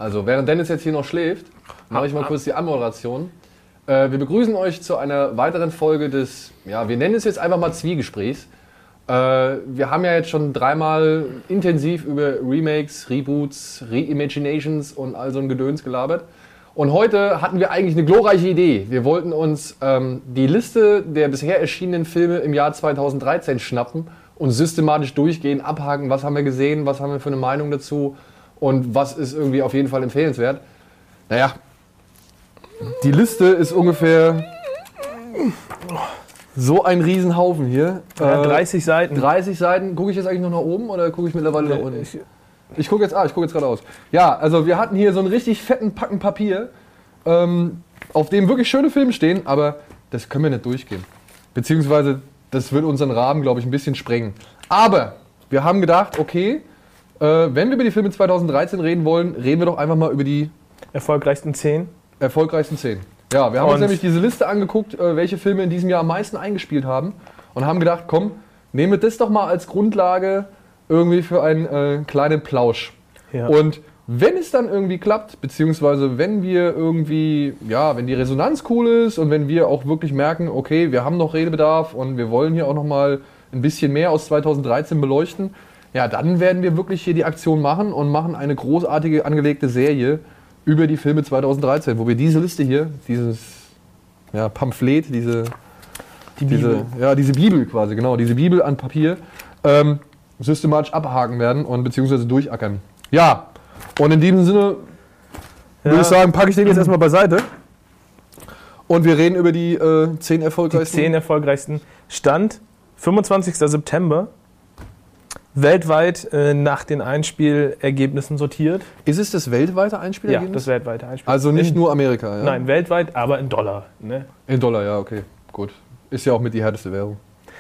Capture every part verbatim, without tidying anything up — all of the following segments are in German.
Also während Dennis jetzt hier noch schläft, mache ich mal kurz die Anmoderation. Äh, wir begrüßen euch zu einer weiteren Folge des, ja, wir nennen es jetzt einfach mal Zwiegesprächs. Äh, wir haben ja jetzt schon dreimal intensiv über Remakes, Reboots, Reimaginations und all so ein Gedöns gelabert. Und heute hatten wir eigentlich eine glorreiche Idee. Wir wollten uns ähm, die Liste der bisher erschienenen Filme im Jahr zweitausenddreizehn schnappen und systematisch durchgehen, abhaken, was haben wir gesehen, was haben wir für eine Meinung dazu und was ist irgendwie auf jeden Fall empfehlenswert. Naja, die Liste ist ungefähr so ein Riesenhaufen hier. Ja, dreißig Seiten. dreißig Seiten. Gucke ich jetzt eigentlich noch nach oben oder gucke ich mittlerweile nach unten? Ich, ich gucke jetzt, ah, ich gucke jetzt gerade aus. Ja, also wir hatten hier so einen richtig fetten Packen Papier, ähm, auf dem wirklich schöne Filme stehen, aber das können wir nicht durchgehen. Beziehungsweise, das wird unseren Rahmen, glaube ich, ein bisschen sprengen. Aber wir haben gedacht, okay, äh, wenn wir über die Filme zweitausenddreizehn reden wollen, reden wir doch einfach mal über die erfolgreichsten zehn. Erfolgreichsten zehn. Ja, wir haben Und uns nämlich diese Liste angeguckt, äh, welche Filme in diesem Jahr am meisten eingespielt haben und haben gedacht, komm, nehmen wir das doch mal als Grundlage irgendwie für einen äh, kleinen Plausch. Ja. Und wenn es dann irgendwie klappt, beziehungsweise wenn wir irgendwie, ja, wenn die Resonanz cool ist und wenn wir auch wirklich merken, okay, wir haben noch Redebedarf und wir wollen hier auch noch mal ein bisschen mehr aus zweitausenddreizehn beleuchten, ja, dann werden wir wirklich hier die Aktion machen und machen eine großartige angelegte Serie über die Filme zweitausenddreizehn, wo wir diese Liste hier, dieses ja, Pamphlet, diese, die Bibel. Diese, ja, diese Bibel quasi, genau, diese Bibel an Papier, ähm, systematisch abhaken werden und beziehungsweise durchackern. Ja, und in diesem Sinne ja. würde ich sagen, packe ich den jetzt erstmal beiseite und wir reden über die äh, zehn erfolgreichsten. Die zehn erfolgreichsten. Stand fünfundzwanzigster September. Weltweit äh, nach den Einspielergebnissen sortiert. Ist es das weltweite Einspielergebnis? Ja, das weltweite Einspielergebnis. Also nicht in, nur Amerika, ja? Nein, weltweit, aber in Dollar. Ne? In Dollar, ja, okay, gut. Ist ja auch mit die härteste Währung.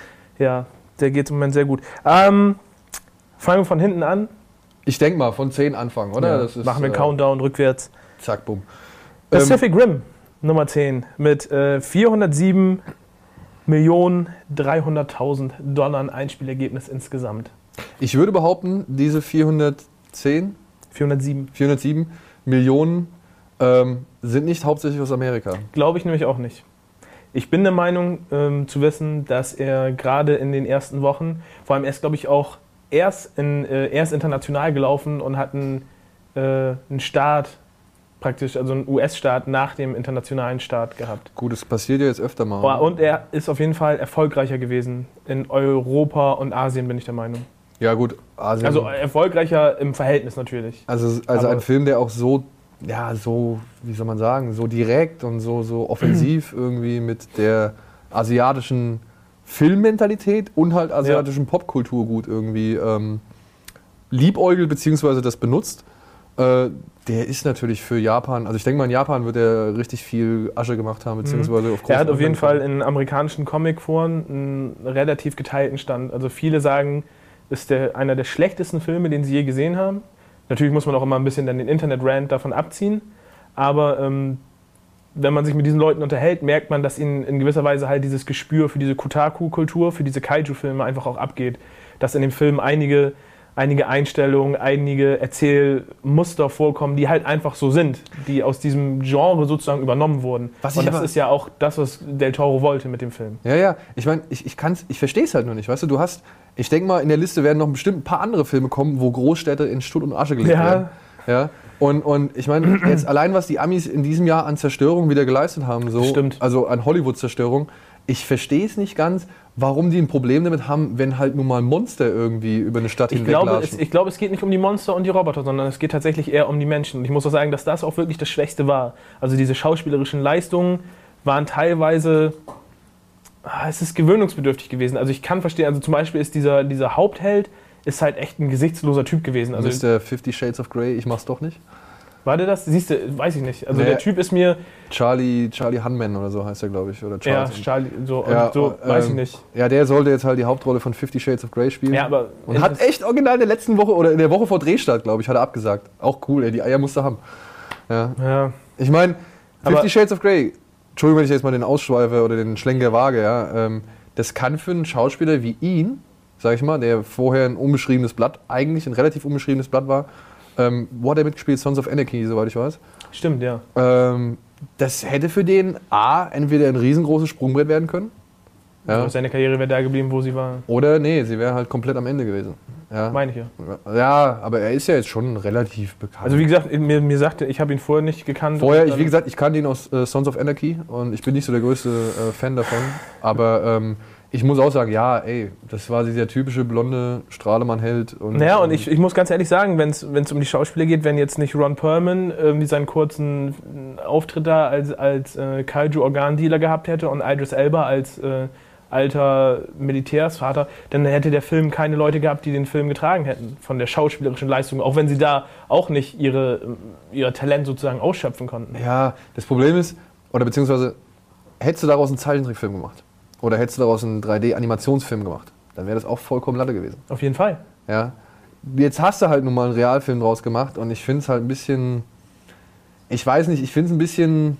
Ja, der geht im Moment sehr gut. Ähm, fangen wir von hinten an. Ich denke mal, von zehn anfangen, oder? Ja, das ist, machen wir äh, Countdown rückwärts. Zack, bumm. Pacific ähm, Rim, Nummer zehn, mit äh, vierhundertsieben Millionen dreihunderttausend Dollar ein Einspielergebnis insgesamt. Ich würde behaupten, diese vierhundertzehn, vierhundertsieben, vierhundertsieben Millionen ähm, sind nicht hauptsächlich aus Amerika. Glaube ich nämlich auch nicht. Ich bin der Meinung ähm, zu wissen, dass er gerade in den ersten Wochen, vor allem erst glaube ich auch erst, in, äh, erst international gelaufen und hat einen, äh, einen Start praktisch, also einen U S-Start nach dem internationalen Start gehabt. Gut, das passiert ja jetzt öfter mal. Und er ist auf jeden Fall erfolgreicher gewesen. In Europa und Asien bin ich der Meinung. Ja gut, Asien. Also erfolgreicher im Verhältnis natürlich. Also, also ein Film, der auch so, ja, so, wie soll man sagen, so direkt und so, so offensiv irgendwie mit der asiatischen Filmmentalität und halt asiatischen ja. Popkultur gut irgendwie ähm, liebäugelt bzw. das benutzt. Äh, der ist natürlich für Japan, also ich denke mal in Japan wird er richtig viel Asche gemacht haben, beziehungsweise auf Er hat auf jeden Fall in amerikanischen Comicforen einen relativ geteilten Stand. Also viele sagen, ist der, einer der schlechtesten Filme, den sie je gesehen haben. Natürlich muss man auch immer ein bisschen dann den Internet-Rant davon abziehen, aber ähm, wenn man sich mit diesen Leuten unterhält, merkt man, dass ihnen in gewisser Weise halt dieses Gespür für diese Kotaku-Kultur, für diese Kaiju-Filme einfach auch abgeht. Dass in dem Film einige, einige Einstellungen, einige Erzählmuster vorkommen, die halt einfach so sind, die aus diesem Genre sozusagen übernommen wurden. Was Und das ist ja auch das, was Del Toro wollte mit dem Film. Ja, ja. Ich meine, ich, ich, ich verstehe es halt nur nicht. Weißt du, du hast, ich denke mal, in der Liste werden noch bestimmt ein paar andere Filme kommen, wo Großstädte in Schutt und Asche gelegt ja. werden. Ja. Und, und ich meine, jetzt allein, was die Amis in diesem Jahr an Zerstörung wieder geleistet haben, so, Stimmt. also an Hollywood-Zerstörung, ich verstehe es nicht ganz, warum die ein Problem damit haben, wenn halt nun mal Monster irgendwie über eine Stadt ich hinweg glaube, latschen. es, ich glaube, es geht nicht um die Monster und die Roboter, sondern es geht tatsächlich eher um die Menschen. Und ich muss auch sagen, dass das auch wirklich das Schwächste war. Also diese schauspielerischen Leistungen waren teilweise, ah, es ist gewöhnungsbedürftig gewesen. Also ich kann verstehen, also zum Beispiel ist dieser, dieser Hauptheld, ist halt echt ein gesichtsloser Typ gewesen. Also Mister Fifty Shades of Grey, ich mach's doch nicht. War der das? Siehst du, weiß ich nicht. Also nee, der Typ ist mir... Charlie, Charlie Hunman oder so heißt er, glaube ich. Oder ja, Charlie, so, ja, so ähm, weiß ich nicht. Ja, der sollte jetzt halt die Hauptrolle von Fifty Shades of Grey spielen. Ja, aber und hat echt original in der letzten Woche oder in der Woche vor Drehstart, glaube ich, hat er abgesagt. Auch cool, ey, die Eier musste haben. Ja. ja. Ich meine, Fifty Shades of Grey, Entschuldigung, wenn ich jetzt mal den Ausschweife oder den Schlenker wage, ja, ähm, das kann für einen Schauspieler wie ihn, sag ich mal, der vorher ein unbeschriebenes Blatt, eigentlich ein relativ unbeschriebenes Blatt war, Ähm, wo hat er mitgespielt? Sons of Anarchy, soweit ich weiß. Stimmt, ja. Ähm, das hätte für den A, entweder ein riesengroßes Sprungbrett werden können. Ja. Seine Karriere wäre da geblieben, wo sie war. Oder nee, sie wäre halt komplett am Ende gewesen. Ja. Meine ich ja. Ja, aber er ist ja jetzt schon relativ bekannt. Also wie gesagt, mir, mir sagte, ich habe ihn vorher nicht gekannt. Vorher, ich, wie gesagt, ich kannte ihn aus äh, Sons of Anarchy und ich bin nicht so der größte äh, Fan davon. Aber ähm, ich muss auch sagen, ja, ey, das war dieser typische blonde Strahlemann-Held. Und, naja, und ich, ich muss ganz ehrlich sagen, wenn es um die Schauspieler geht, wenn jetzt nicht Ron Perlman irgendwie seinen kurzen Auftritt da als, als äh, Kaiju-Organdealer gehabt hätte und Idris Elba als äh, alter Militärsvater, dann hätte der Film keine Leute gehabt, die den Film getragen hätten, von der schauspielerischen Leistung, auch wenn sie da auch nicht ihre, ihr Talent sozusagen ausschöpfen konnten. Ja, das Problem ist, oder beziehungsweise, hättest du daraus einen Zeichentrickfilm gemacht oder hättest du daraus einen drei D-Animationsfilm gemacht, dann wäre das auch vollkommen Latte gewesen. Auf jeden Fall. Ja. Jetzt hast du halt nun mal einen Realfilm draus gemacht und ich finde es halt ein bisschen, ich weiß nicht, ich finde es ein bisschen,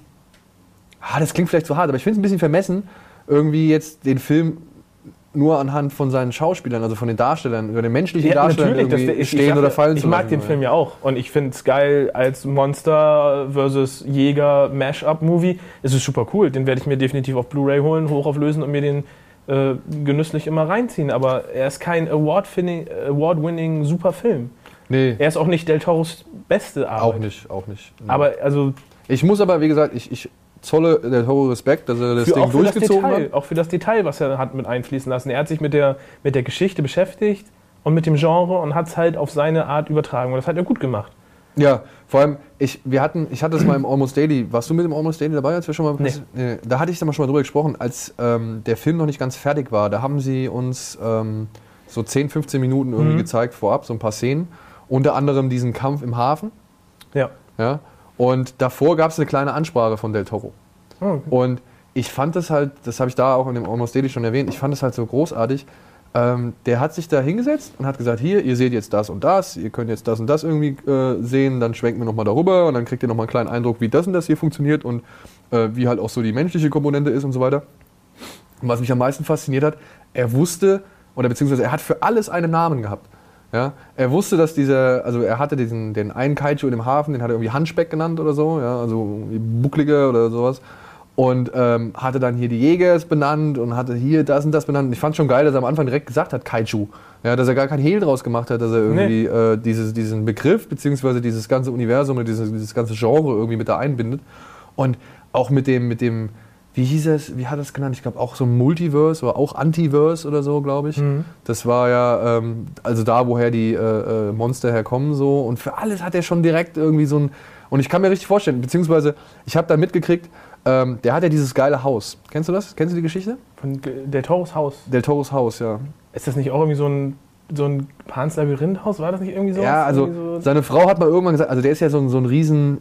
ah, das klingt vielleicht zu hart, aber ich finde es ein bisschen vermessen, irgendwie jetzt den Film nur anhand von seinen Schauspielern, also von den Darstellern, oder den menschlichen ja, Darstellern irgendwie das, ich, stehen ich oder fallen ich zu lassen. Ich mag den Film ja auch und ich finde es geil als Monster versus Jäger Mash-up-Movie. Es ist super cool, den werde ich mir definitiv auf Blu-ray holen, hochauflösen und mir den äh, genüsslich immer reinziehen. Aber er ist kein Award-winning Award super Film. Nee. Er ist auch nicht Del Toros beste Arbeit. Auch nicht, auch nicht. Nee. Aber also... Ich muss aber, wie gesagt, ich... ich zolle der Toro Respekt, dass er das Ding durchgezogen hat. Auch für das Detail, was er hat mit einfließen lassen. Er hat sich mit der, mit der Geschichte beschäftigt und mit dem Genre und hat es halt auf seine Art übertragen. Und das hat er gut gemacht. Ja, vor allem, ich, wir hatten, ich hatte es mal im Almost Daily. Warst du mit dem Almost Daily dabei, als wir schon mal... Nee. Nee, da hatte ich da mal schon mal drüber gesprochen, als ähm, der Film noch nicht ganz fertig war. Da haben sie uns ähm, so zehn, fünfzehn Minuten irgendwie mhm. gezeigt vorab, so ein paar Szenen. Unter anderem diesen Kampf im Hafen. Ja. Ja. Und davor gab es eine kleine Ansprache von Del Toro. Oh, okay. Und ich fand das halt, das habe ich da auch in dem Almost Daily schon erwähnt, ich fand das halt so großartig. Ähm, der hat sich da hingesetzt und hat gesagt, hier, ihr seht jetzt das und das, ihr könnt jetzt das und das irgendwie äh, sehen, dann schwenken wir nochmal darüber und dann kriegt ihr nochmal einen kleinen Eindruck, wie das und das hier funktioniert und äh, wie halt auch so die menschliche Komponente ist und so weiter. Und was mich am meisten fasziniert hat, er wusste, oder beziehungsweise er hat für alles einen Namen gehabt. Ja, er wusste, dass dieser, also er hatte diesen, den einen Kaiju in dem Hafen, den hat er irgendwie Handspeck genannt oder so, ja, also buckliger oder sowas. Und ähm, hatte dann hier die Jägers benannt und hatte hier das und das benannt. Und ich fand schon geil, dass er am Anfang direkt gesagt hat, Kaiju. Ja, dass er gar kein Hehl draus gemacht hat, dass er irgendwie nee. äh, dieses, diesen Begriff, beziehungsweise dieses ganze Universum oder dieses, dieses ganze Genre irgendwie mit da einbindet. Und auch mit dem, mit dem, wie hieß es, wie hat er es genannt? Ich glaube auch so Multiverse oder auch Antiverse oder so, glaube ich. Mhm. Das war ja, ähm, also da, woher die äh, Monster herkommen so. Und für alles hat er schon direkt irgendwie so ein, und ich kann mir richtig vorstellen, beziehungsweise ich habe da mitgekriegt, ähm, der hat ja dieses geile Haus. Kennst du das? Kennst du die Geschichte? Von Del Toros Haus? Del Toros Haus, ja. Ist das nicht auch irgendwie so ein, so ein Pans Labyrinth-Haus? War das nicht irgendwie so? Ja, also so seine Frau hat mal irgendwann gesagt, also der ist ja so ein, so ein riesen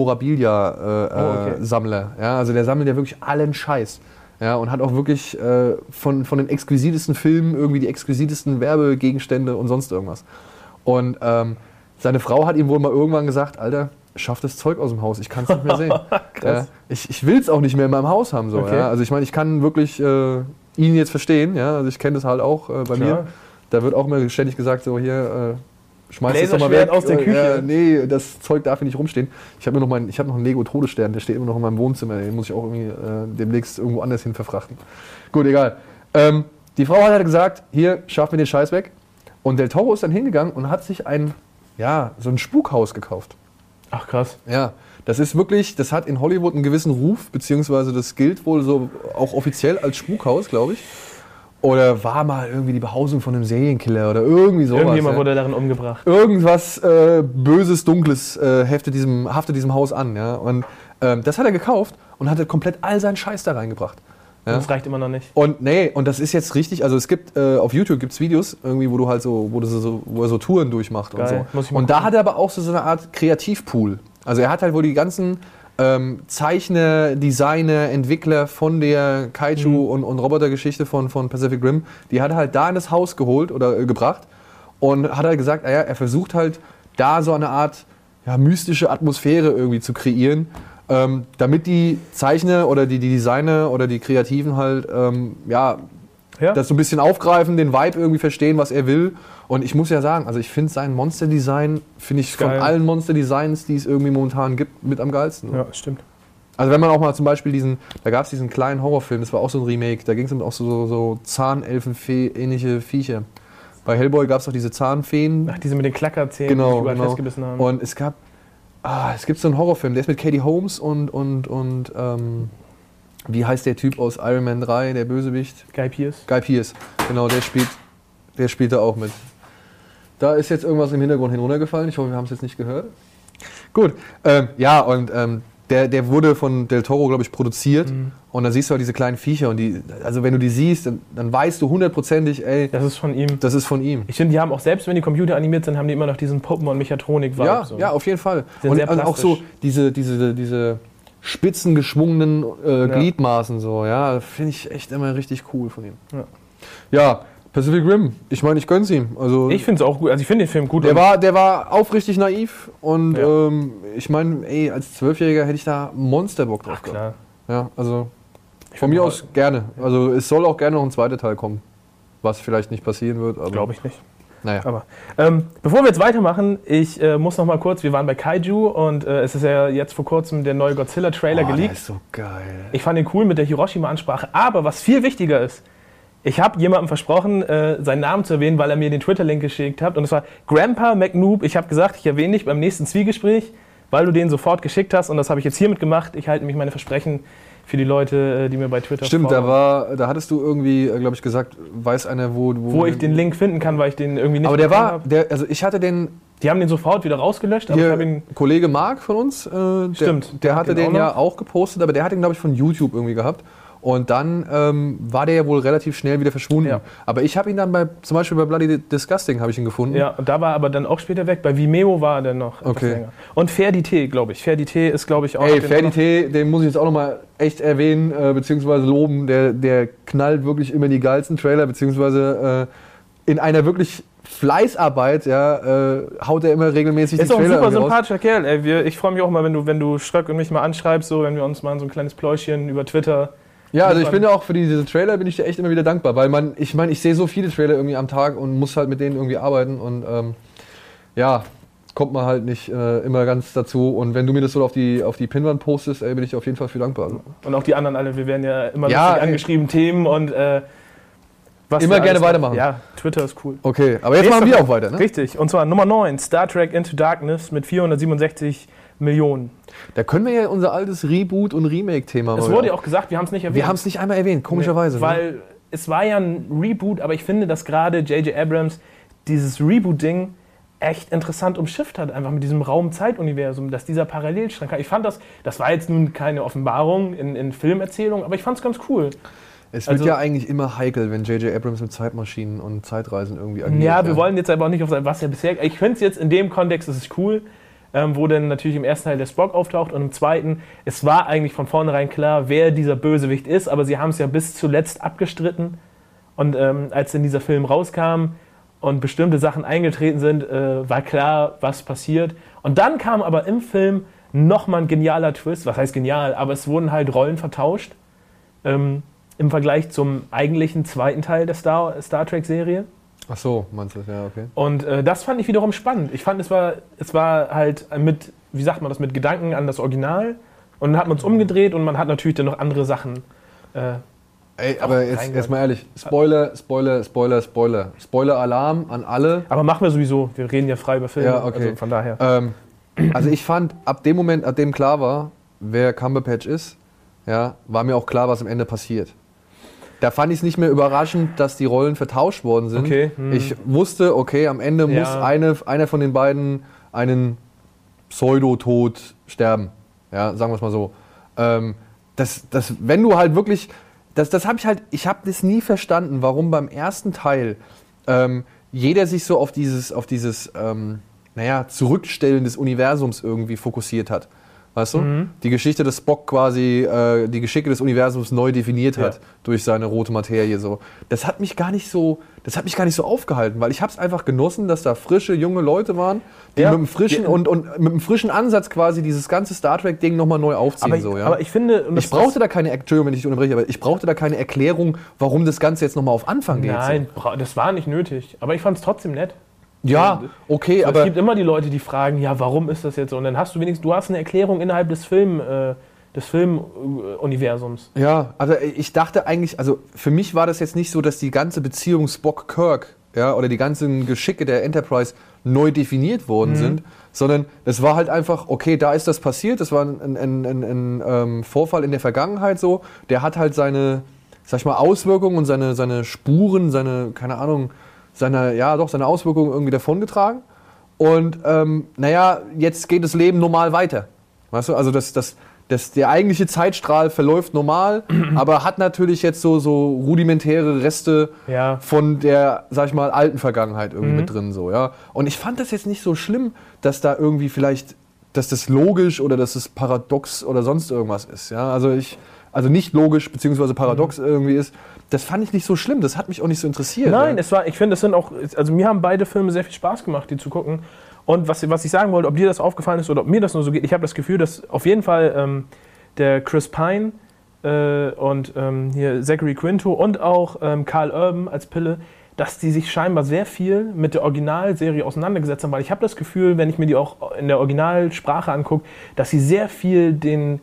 Memorabilia-Sammler. Äh, oh, okay. Ja, also der sammelt ja wirklich allen Scheiß. Ja, und hat auch wirklich äh, von, von den exquisitesten Filmen irgendwie die exquisitesten Werbegegenstände und sonst irgendwas. Und ähm, seine Frau hat ihm wohl mal irgendwann gesagt, Alter, schaff das Zeug aus dem Haus, ich kann es nicht mehr sehen. Ja, ich ich will es auch nicht mehr in meinem Haus haben. So, okay. Ja. Also ich meine, ich kann wirklich äh, ihn jetzt verstehen, ja? Also ich kenne das halt auch äh, bei Klar. mir. Da wird auch immer ständig gesagt, so hier, äh, schmeiß das doch mal weg. Aus der Küche. Äh, nee, das Zeug darf hier nicht rumstehen. Ich habe noch, mein, ich hab noch einen Lego-Todesstern, der steht immer noch in meinem Wohnzimmer, den muss ich auch irgendwie äh, demnächst irgendwo anders hin verfrachten. Gut, egal. Ähm, die Frau hat halt gesagt, hier, schaff mir den Scheiß weg. Und Del Toro ist dann hingegangen und hat sich ein, ja, so ein Spukhaus gekauft. Ach krass. Ja, das ist wirklich, das hat in Hollywood einen gewissen Ruf, beziehungsweise das gilt wohl so auch offiziell als Spukhaus, glaube ich. Oder war mal irgendwie die Behausung von einem Serienkiller oder irgendwie sowas. Irgendjemand ja. wurde darin umgebracht. Irgendwas äh, Böses, Dunkles äh, heftet diesem, haftet diesem Haus an. Ja? Und ähm, das hat er gekauft und hat komplett all seinen Scheiß da reingebracht. Ja? Und das reicht immer noch nicht. Und nee, und das ist jetzt richtig, also es gibt, äh, auf YouTube gibt es Videos, irgendwie, wo du halt so, wo, du so, wo er so Touren durchmacht. Geil. Und so. Muss ich mal und da hat er aber auch so, so eine Art Kreativpool. Also er hat halt wohl die ganzen ähm, Zeichner, Designer, Entwickler von der Kaiju- mhm. und, und Robotergeschichte von, von Pacific Rim, die hat er halt da in das Haus geholt oder äh, gebracht und hat halt gesagt, naja, er versucht halt da so eine Art ja, mystische Atmosphäre irgendwie zu kreieren, ähm, damit die Zeichner oder die, die Designer oder die Kreativen halt ähm, ja, Ja. Das so ein bisschen aufgreifen, den Vibe irgendwie verstehen, was er will. Und ich muss ja sagen, also ich finde sein Monster-Design, finde ich von Geil. allen Monster-Designs, die es irgendwie momentan gibt, mit am geilsten. Ja, stimmt. Also wenn man auch mal zum Beispiel diesen, da gab es diesen kleinen Horrorfilm, das war auch so ein Remake, da ging es um auch so, so, so Zahnelfen-ähnliche Viecher. Bei Hellboy gab es auch diese Zahnfeen. Ach, diese mit den Klackerzähnen, Genau, die überall genau. festgebissen haben. Und es gab, ah, es gibt so einen Horrorfilm, der ist mit Katie Holmes und, und, und ähm, wie heißt der Typ aus Iron Man drei, der Bösewicht? Guy Pearce. Guy Pearce, genau, der spielt, der spielt da auch mit. Da ist jetzt irgendwas im Hintergrund hinuntergefallen, ich hoffe, wir haben es jetzt nicht gehört. Gut, ähm, ja, und ähm, der, der wurde von Del Toro, glaube ich, produziert. Mhm. Und dann siehst du halt diese kleinen Viecher. Und die, also wenn du die siehst, dann, dann weißt du hundertprozentig, ey, das ist von ihm. Das ist von ihm. Ich finde, die haben auch, selbst wenn die Computer animiert sind, haben die immer noch diesen Puppen- und Mechatronik-Vibe. Ja, so. ja, auf jeden Fall. Sind und sehr also auch so diese, diese, diese spitzen geschwungenen äh, ja. Gliedmaßen, so, ja, finde ich echt immer richtig cool von ihm. Ja, ja Pacific Rim, ich meine, ich gönn's ihm. Also, ich finde es auch gut, also ich finde den Film gut. Der war, der war aufrichtig naiv und ja. ähm, ich meine, ey, als Zwölfjähriger hätte ich da Monsterbock drauf Ach, klar. gehabt. Ja, also von mir aus gerne. Also es soll auch gerne noch ein zweiter Teil kommen, was vielleicht nicht passieren wird. Glaube ich nicht. Naja. Aber ähm, bevor wir jetzt weitermachen, ich äh, muss noch mal kurz, wir waren bei Kaiju und äh, es ist ja jetzt vor kurzem der neue Godzilla-Trailer oh, geleakt. Der ist so geil. Ich fand ihn cool mit der Hiroshima-Ansprache, aber was viel wichtiger ist, ich habe jemandem versprochen, äh, seinen Namen zu erwähnen, weil er mir den Twitter-Link geschickt hat. Und es war Grandpa McNoob. Ich habe gesagt, ich erwähne dich beim nächsten Zwiegespräch, weil du den sofort geschickt hast. Und das habe ich jetzt hiermit gemacht. Ich halte mich meine Versprechen für die Leute, die mir bei Twitter Stimmt, folgen. da war, da hattest du irgendwie, glaube ich, gesagt, weiß einer, wo... Wo, wo ich den Link finden kann, weil ich den irgendwie nicht Aber der war, habe. der, also ich hatte den... Die haben den sofort wieder rausgelöscht. Aber ich Hier, hab ihn Kollege Marc von uns, äh, der, Stimmt, der hatte den auch ja noch. auch gepostet, aber der hat den, glaube ich, von YouTube irgendwie gehabt. Und dann ähm, war der ja wohl relativ schnell wieder verschwunden. Ja. Aber ich habe ihn dann bei, zum Beispiel bei Bloody Disgusting habe ich ihn gefunden. Ja, und da war aber dann auch später weg. Bei Vimeo war er dann noch etwas Okay. länger. Und Ferdité, glaube ich. Ferdité ist, glaube ich, auch... Ey, den Ferdité, den muss ich jetzt auch nochmal echt erwähnen, äh, beziehungsweise loben. Der, der knallt wirklich immer die geilsten Trailer, beziehungsweise äh, in einer wirklich Fleißarbeit, ja, äh, haut er immer regelmäßig Ist die auch ein Trailer super irgendwie raus. sympathischer Kerl. Ey, wir, ich freue mich auch mal, wenn du, wenn du Schröck und mich mal anschreibst, so, wenn wir uns mal so ein kleines Pläuschen über Twitter... Ja, also ich finde auch für diese Trailer bin ich dir echt immer wieder dankbar, weil man, ich meine, ich sehe so viele Trailer irgendwie am Tag und muss halt mit denen irgendwie arbeiten und ähm, ja, kommt man halt nicht äh, immer ganz dazu. Und wenn du mir das so auf die, auf die Pinwand postest, ey, bin ich dir auf jeden Fall für dankbar. Also. Und auch die anderen alle, wir werden ja immer Ja, lustig ey. angeschrieben, Themen und äh, was Immer wir gerne alles- weitermachen. Ja, Twitter ist cool. Okay, aber jetzt Nächster machen wir Film. auch weiter, ne? Richtig, und zwar Nummer neun, Star Trek Into Darkness mit vierhundertsiebenundsechzig Millionen. Da können wir ja unser altes Reboot- und Remake-Thema Es mal wurde ja wieder- auch gesagt, wir haben es nicht erwähnt. Wir haben es nicht einmal erwähnt, komischerweise. Nee, ne? weil es war ja ein Reboot, aber ich finde, dass gerade J J Abrams dieses Reboot-Ding echt interessant umschifft hat, einfach mit diesem Raum-Zeit-Universum, dass dieser Parallelstrang hat. Ich fand das, das war jetzt nun keine Offenbarung in, in Filmerzählung, aber ich fand es ganz cool. Es wird also- ja eigentlich immer heikel, wenn J J Abrams mit Zeitmaschinen und Zeitreisen irgendwie agiert. Ja, wir wollen jetzt aber auch nicht auf sein, was ja bisher. Ich finde es jetzt in dem Kontext, ist es cool, ähm, wo dann natürlich im ersten Teil der Spock auftaucht und im zweiten, es war eigentlich von vornherein klar, wer dieser Bösewicht ist, aber sie haben es ja bis zuletzt abgestritten. Und ähm, als dann dieser Film rauskam und bestimmte Sachen eingetreten sind, äh, war klar, was passiert. Und dann kam aber im Film nochmal ein genialer Twist. Was heißt genial? Aber es wurden halt Rollen vertauscht ähm, im Vergleich zum eigentlichen zweiten Teil der Star, Star Trek-Serie. Ach so, meinst du das? Ja, okay. Und äh, das fand ich wiederum spannend. Ich fand, es war, es war halt mit, wie sagt man das, mit Gedanken an das Original. Und dann hat man es umgedreht und man hat natürlich dann noch andere Sachen. Äh, Ey, aber jetzt reingehört. erstmal ehrlich, Spoiler, Spoiler, Spoiler, Spoiler. Spoiler-Alarm an alle. aber machen wir sowieso. Wir reden ja frei über Filme. Ja, okay. Also von daher. Ähm, also ich fand, ab dem Moment, ab dem klar war, wer Cumberbatch ist, ja, war mir auch klar, was am Ende passiert. Da fand ich es nicht mehr überraschend, dass die Rollen vertauscht worden sind. Okay, hm. Ich wusste, okay, am Ende Ja. muss eine, einer von den beiden einen Pseudotod sterben. Ja, sagen wir es mal so. Ähm, das, das, wenn du halt wirklich, das, das habe ich halt, ich habe das nie verstanden, warum beim ersten Teil ähm, jeder sich so auf dieses, auf dieses, ähm, naja, Zurückstellen des Universums irgendwie fokussiert hat. weißt du? Mhm. Die Geschichte des Spock quasi, äh, die Geschicke des Universums neu definiert hat, ja. durch seine rote Materie. So. Das hat mich gar nicht so, das hat mich gar nicht so aufgehalten, weil ich habe es einfach genossen, dass da frische, junge Leute waren, die ja. mit einem frischen ja. und, und mit einem frischen Ansatz quasi dieses ganze Star Trek-Ding nochmal neu aufziehen. Aber, so, ja? aber ich finde... Ich brauchte da keine, Entschuldigung, wenn ich dich unterbreche, aber ich brauchte da keine Erklärung, warum das Ganze jetzt nochmal auf Anfang geht. Nein, so. das war nicht nötig. Aber ich fand es trotzdem nett. Ja, okay, so, aber... Es gibt immer die Leute, die fragen, ja, warum ist das jetzt so? Und dann hast du wenigstens, du hast eine Erklärung innerhalb des Film, äh, des Filmuniversums. Ja, also ich dachte eigentlich, also für mich war das jetzt nicht so, dass die ganze Beziehung Spock-Kirk, ja, oder die ganzen Geschicke der Enterprise neu definiert worden mhm. sind, sondern es war halt einfach, okay, da ist das passiert, das war ein, ein, ein, ein, ein ähm, Vorfall in der Vergangenheit so, der hat halt seine, sag ich mal, Auswirkungen und seine, seine Spuren, seine, keine Ahnung, seine, ja doch, seine Auswirkungen irgendwie davongetragen. Und ähm, naja, jetzt geht das Leben normal weiter. Weißt du, also das, das, das, der eigentliche Zeitstrahl verläuft normal, aber hat natürlich jetzt so, so rudimentäre Reste ja. von der, sag ich mal, alten Vergangenheit irgendwie mhm. mit drin. So, ja. Und ich fand das jetzt nicht so schlimm, dass da irgendwie vielleicht, dass das logisch oder dass es paradox oder sonst irgendwas ist. Ja. Also ich, also nicht logisch beziehungsweise paradox mhm. irgendwie ist. Das fand ich nicht so schlimm, das hat mich auch nicht so interessiert. Nein, ja. es war, ich finde, es sind auch, also mir haben beide Filme sehr viel Spaß gemacht, die zu gucken. Und was, was ich sagen wollte, ob dir das aufgefallen ist oder ob mir das nur so geht, ich habe das Gefühl, dass auf jeden Fall ähm, der Chris Pine äh, und ähm, hier Zachary Quinto und auch ähm, Karl Urban als Pille, dass die sich scheinbar sehr viel mit der Originalserie auseinandergesetzt haben, weil ich habe das Gefühl, wenn ich mir die auch in der Originalsprache angucke, dass sie sehr viel den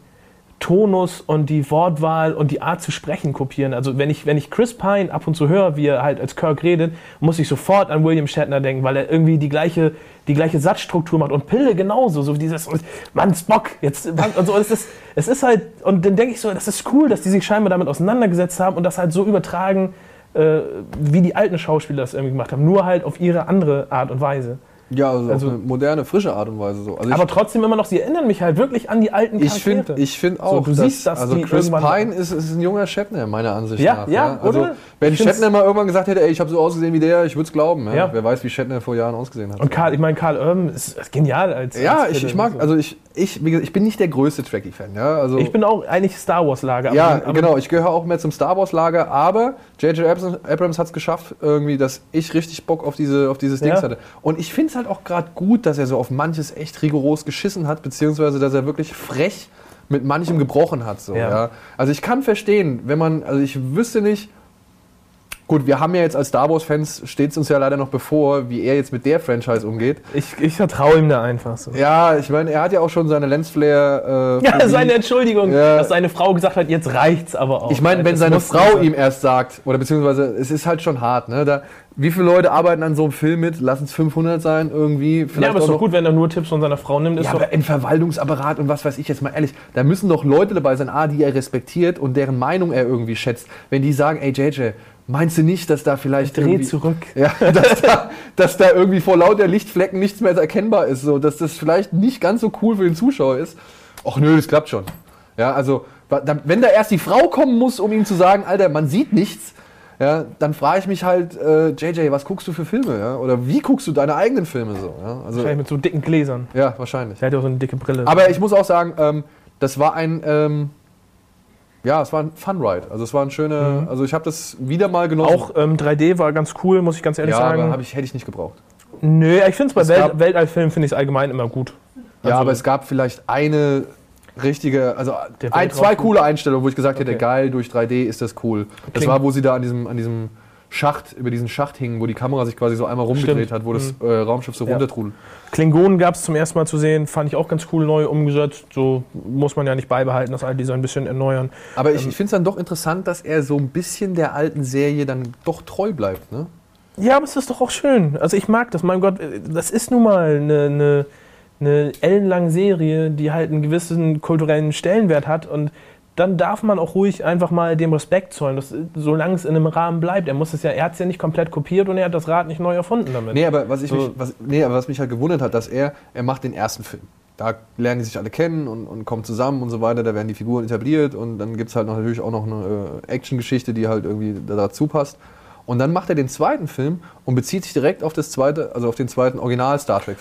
Tonus und die Wortwahl und die Art zu sprechen kopieren. Also wenn ich, wenn ich Chris Pine ab und zu höre, wie er halt als Kirk redet, muss ich sofort an William Shatner denken, weil er irgendwie die gleiche, die gleiche Satzstruktur macht. Und Pille genauso, so dieses, Mann, Spock, jetzt, und so, es ist, es ist halt, und dann denke ich so, das ist cool, dass die sich scheinbar damit auseinandergesetzt haben und das halt so übertragen, äh, wie die alten Schauspieler das irgendwie gemacht haben, nur halt auf ihre andere Art und Weise. Ja, also, also auf eine moderne, frische Art und Weise so. Also aber trotzdem immer noch, sie erinnern mich halt wirklich an die alten Charaktere. Ich finde ich find auch, so, du dass, siehst, dass also die Chris Pine ist, ist ein junger Shatner, meiner Ansicht ja, nach. Ja, ja, also oder? Wenn ich Shatner mal irgendwann gesagt hätte, ey, ich habe so ausgesehen wie der, ich würde es glauben. Ja? Ja. Wer weiß, wie Shatner vor Jahren ausgesehen hat. Und Karl, ich meine, Karl Urban ist, ist genial als Ja, als ich, ich mag, also ich, ich, wie gesagt, ich bin nicht der größte Trekkie-Fan. Ja? Also, ich bin auch eigentlich Star Wars-Lager. Ja, aber, genau, ich gehöre auch mehr zum Star Wars-Lager, aber J J Abrams hat es geschafft, irgendwie, dass ich richtig Bock auf, diese, auf dieses Ding ja. hatte. Und ich finde es halt auch gerade gut, dass er so auf manches echt rigoros geschissen hat, beziehungsweise dass er wirklich frech mit manchem gebrochen hat. So, ja. Ja? Also ich kann verstehen, wenn man, also ich wüsste nicht, gut, wir haben ja jetzt als Star Wars-Fans, steht es uns ja leider noch bevor, wie er jetzt mit der Franchise umgeht. Ich, ich vertraue ihm da einfach so. Ja, ich meine, er hat ja auch schon seine Lensflare... Äh, ja, seine Entschuldigung, ja. dass seine Frau gesagt hat, jetzt reicht's aber auch. Ich meine, wenn seine Frau ihm erst sagt, oder beziehungsweise, es ist halt schon hart, ne? Da, wie viele Leute arbeiten an so einem Film mit? Lass es fünfhundert sein, irgendwie. Vielleicht ja, aber ist ist doch gut, wenn er nur Tipps von seiner Frau nimmt. Ist ja, doch aber im Verwaltungsapparat und was weiß ich jetzt mal ehrlich, da müssen doch Leute dabei sein, A, die er respektiert und deren Meinung er irgendwie schätzt. Wenn die sagen, ey J J, meinst du nicht, dass da vielleicht ich dreh zurück. Ja, dass da, dass da irgendwie vor lauter Lichtflecken nichts mehr erkennbar ist, so, dass das vielleicht nicht ganz so cool für den Zuschauer ist? Och nö, das klappt schon. Ja, also, wenn da erst die Frau kommen muss, um ihm zu sagen, Alter, man sieht nichts, ja, dann frage ich mich halt, äh, J J, was guckst du für Filme? Ja? Oder wie guckst du deine eigenen Filme so? Ja? Also, wahrscheinlich mit so dicken Gläsern. Ja, wahrscheinlich. Der hat ja auch so eine dicke Brille. Aber ich muss auch sagen, ähm, das war ein, ähm, ja, es war ein Fun-Ride. Also es war ein schöner, mhm. also ich habe das wieder mal genossen. Auch ähm, drei D war ganz cool, muss ich ganz ehrlich ja, sagen. aber hab ich, hätte ich nicht gebraucht. Nö, ich finde es bei Es Welt, gab- Weltallfilmen finde ich es allgemein immer gut. Ja, Also- aber es gab vielleicht eine richtige, also Der ein, zwei Weltraum- coole Einstellungen, wo ich gesagt hätte, Okay. geil, durch drei D ist das cool. Das Klingt- war, wo sie da an diesem, an diesem Schacht, über diesen Schacht hingen, wo die Kamera sich quasi so einmal rumgedreht Stimmt. hat, wo das Mhm. äh, Raumschiff so Ja. runtertrudelt. Klingonen gab es zum ersten Mal zu sehen, fand ich auch ganz cool neu umgesetzt. So muss man ja nicht beibehalten, das alte Design ein bisschen erneuern. Aber ich, Ähm, ich finde es dann doch interessant, dass er so ein bisschen der alten Serie dann doch treu bleibt, ne? Ja, aber es ist doch auch schön. Also ich mag das, mein Gott, das ist nun mal eine, eine, eine ellenlange Serie, die halt einen gewissen kulturellen Stellenwert hat und dann darf man auch ruhig einfach mal dem Respekt zollen, dass, solange es in einem Rahmen bleibt. Er muss es ja, er hat es ja nicht komplett kopiert und er hat das Rad nicht neu erfunden damit. Nee, aber was, ich So. mich, was, nee, aber was mich halt gewundert hat, dass er, er macht den ersten Film. Da lernen die sich alle kennen und, und kommen zusammen und so weiter, da werden die Figuren etabliert und dann gibt es halt noch, natürlich auch noch eine äh, Action-Geschichte, die halt irgendwie da dazu passt. Und dann macht er den zweiten Film und bezieht sich direkt auf das zweite, also auf den zweiten Original-Star Trek-Film.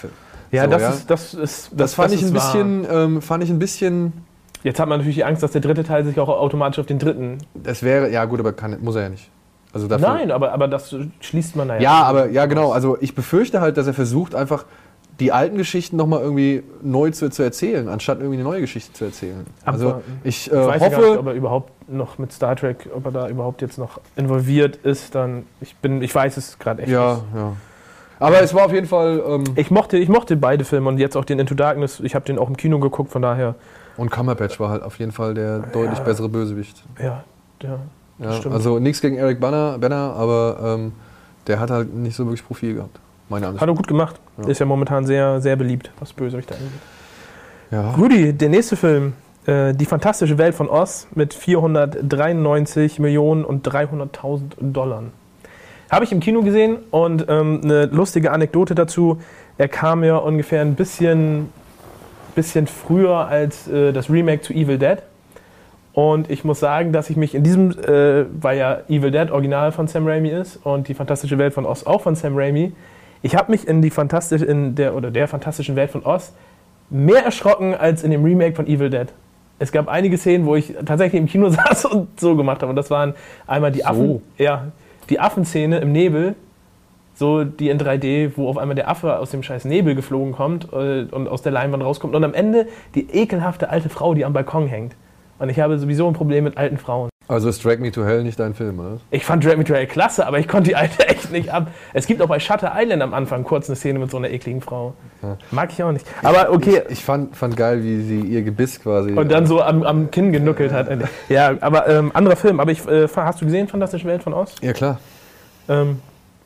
Ja, so, das, ja? Ist, das ist. Das, Das fand das ich ist ein bisschen, ähm, fand ich ein bisschen. Jetzt hat man natürlich die Angst, dass der dritte Teil sich auch automatisch auf den dritten. Das wäre, ja gut, aber kann, muss er ja nicht. Also dafür, Nein, aber, aber das schließt man da ja. Ja, aber ja genau. Also ich befürchte halt, dass er versucht einfach die alten Geschichten nochmal irgendwie neu zu, zu erzählen, anstatt irgendwie eine neue Geschichte zu erzählen. Also Aber ich, äh, ich weiß hoffe, gar nicht, ob er überhaupt noch mit Star Trek, ob er da überhaupt jetzt noch involviert ist. Dann ich bin, ich weiß es gerade echt ja, nicht. ja. Aber es war auf jeden Fall. Ähm, Ich mochte, ich mochte beide Filme und jetzt auch den Into Darkness. Ich habe den auch im Kino geguckt, von daher. und Cumberbatch war halt auf jeden Fall der deutlich Ja. bessere Bösewicht. Ja, ja. Ja, stimmt. also nichts gegen Eric Banner, Banner aber ähm, der hat halt nicht so wirklich Profil gehabt. Meine Ansicht. Hat er gut gemacht. Ja. Ist ja momentan sehr, sehr beliebt, was Bösewichte angeht. Ja. Rudi, der nächste Film. Äh, die fantastische Welt von Oz mit vierhundertdreiundneunzig Millionen und dreihunderttausend Dollar. Habe ich im Kino gesehen und ähm, eine lustige Anekdote dazu. Er kam ja ungefähr ein bisschen, bisschen früher als äh, das Remake zu Evil Dead. Und ich muss sagen, dass ich mich in diesem, äh, weil ja Evil Dead original von Sam Raimi ist und die fantastische Welt von Oz auch von Sam Raimi, ich habe mich in die fantastische, in der oder der fantastischen Welt von Oz mehr erschrocken als in dem Remake von Evil Dead. Es gab einige Szenen, wo ich tatsächlich im Kino saß und so gemacht habe. Und das waren einmal die Affen, So. ja, die Affenszene im Nebel, so die in drei D, wo auf einmal der Affe aus dem scheiß Nebel geflogen kommt äh, und aus der Leinwand rauskommt. Und am Ende die ekelhafte alte Frau, die am Balkon hängt. Und ich habe sowieso ein Problem mit alten Frauen. Also ist Drag Me to Hell nicht dein Film, oder? Ich fand Drag Me to Hell klasse, aber ich konnte die alte echt nicht ab. Es gibt auch bei Shutter Island am Anfang kurz eine Szene mit so einer ekligen Frau. Ja. Mag ich auch nicht. Aber okay. Ich, ich fand, fand geil, wie sie ihr Gebiss quasi. Und dann so am, am Kinn genuckelt hat. Ja, aber ähm, anderer Film. Aber ich, äh, hast du gesehen, Fantastische Welt von Oz? Ja, klar. Ähm,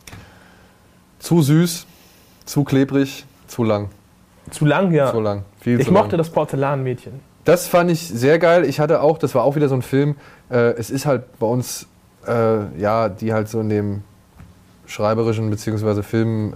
Zu süß, zu klebrig, zu lang. zu lang, ja. Zu lang. Viel Ich zu mochte lang. das Porzellanmädchen. Das fand ich sehr geil. Ich hatte auch, das war auch wieder so ein Film, äh, es ist halt bei uns, äh, ja, die halt so in dem schreiberischen bzw.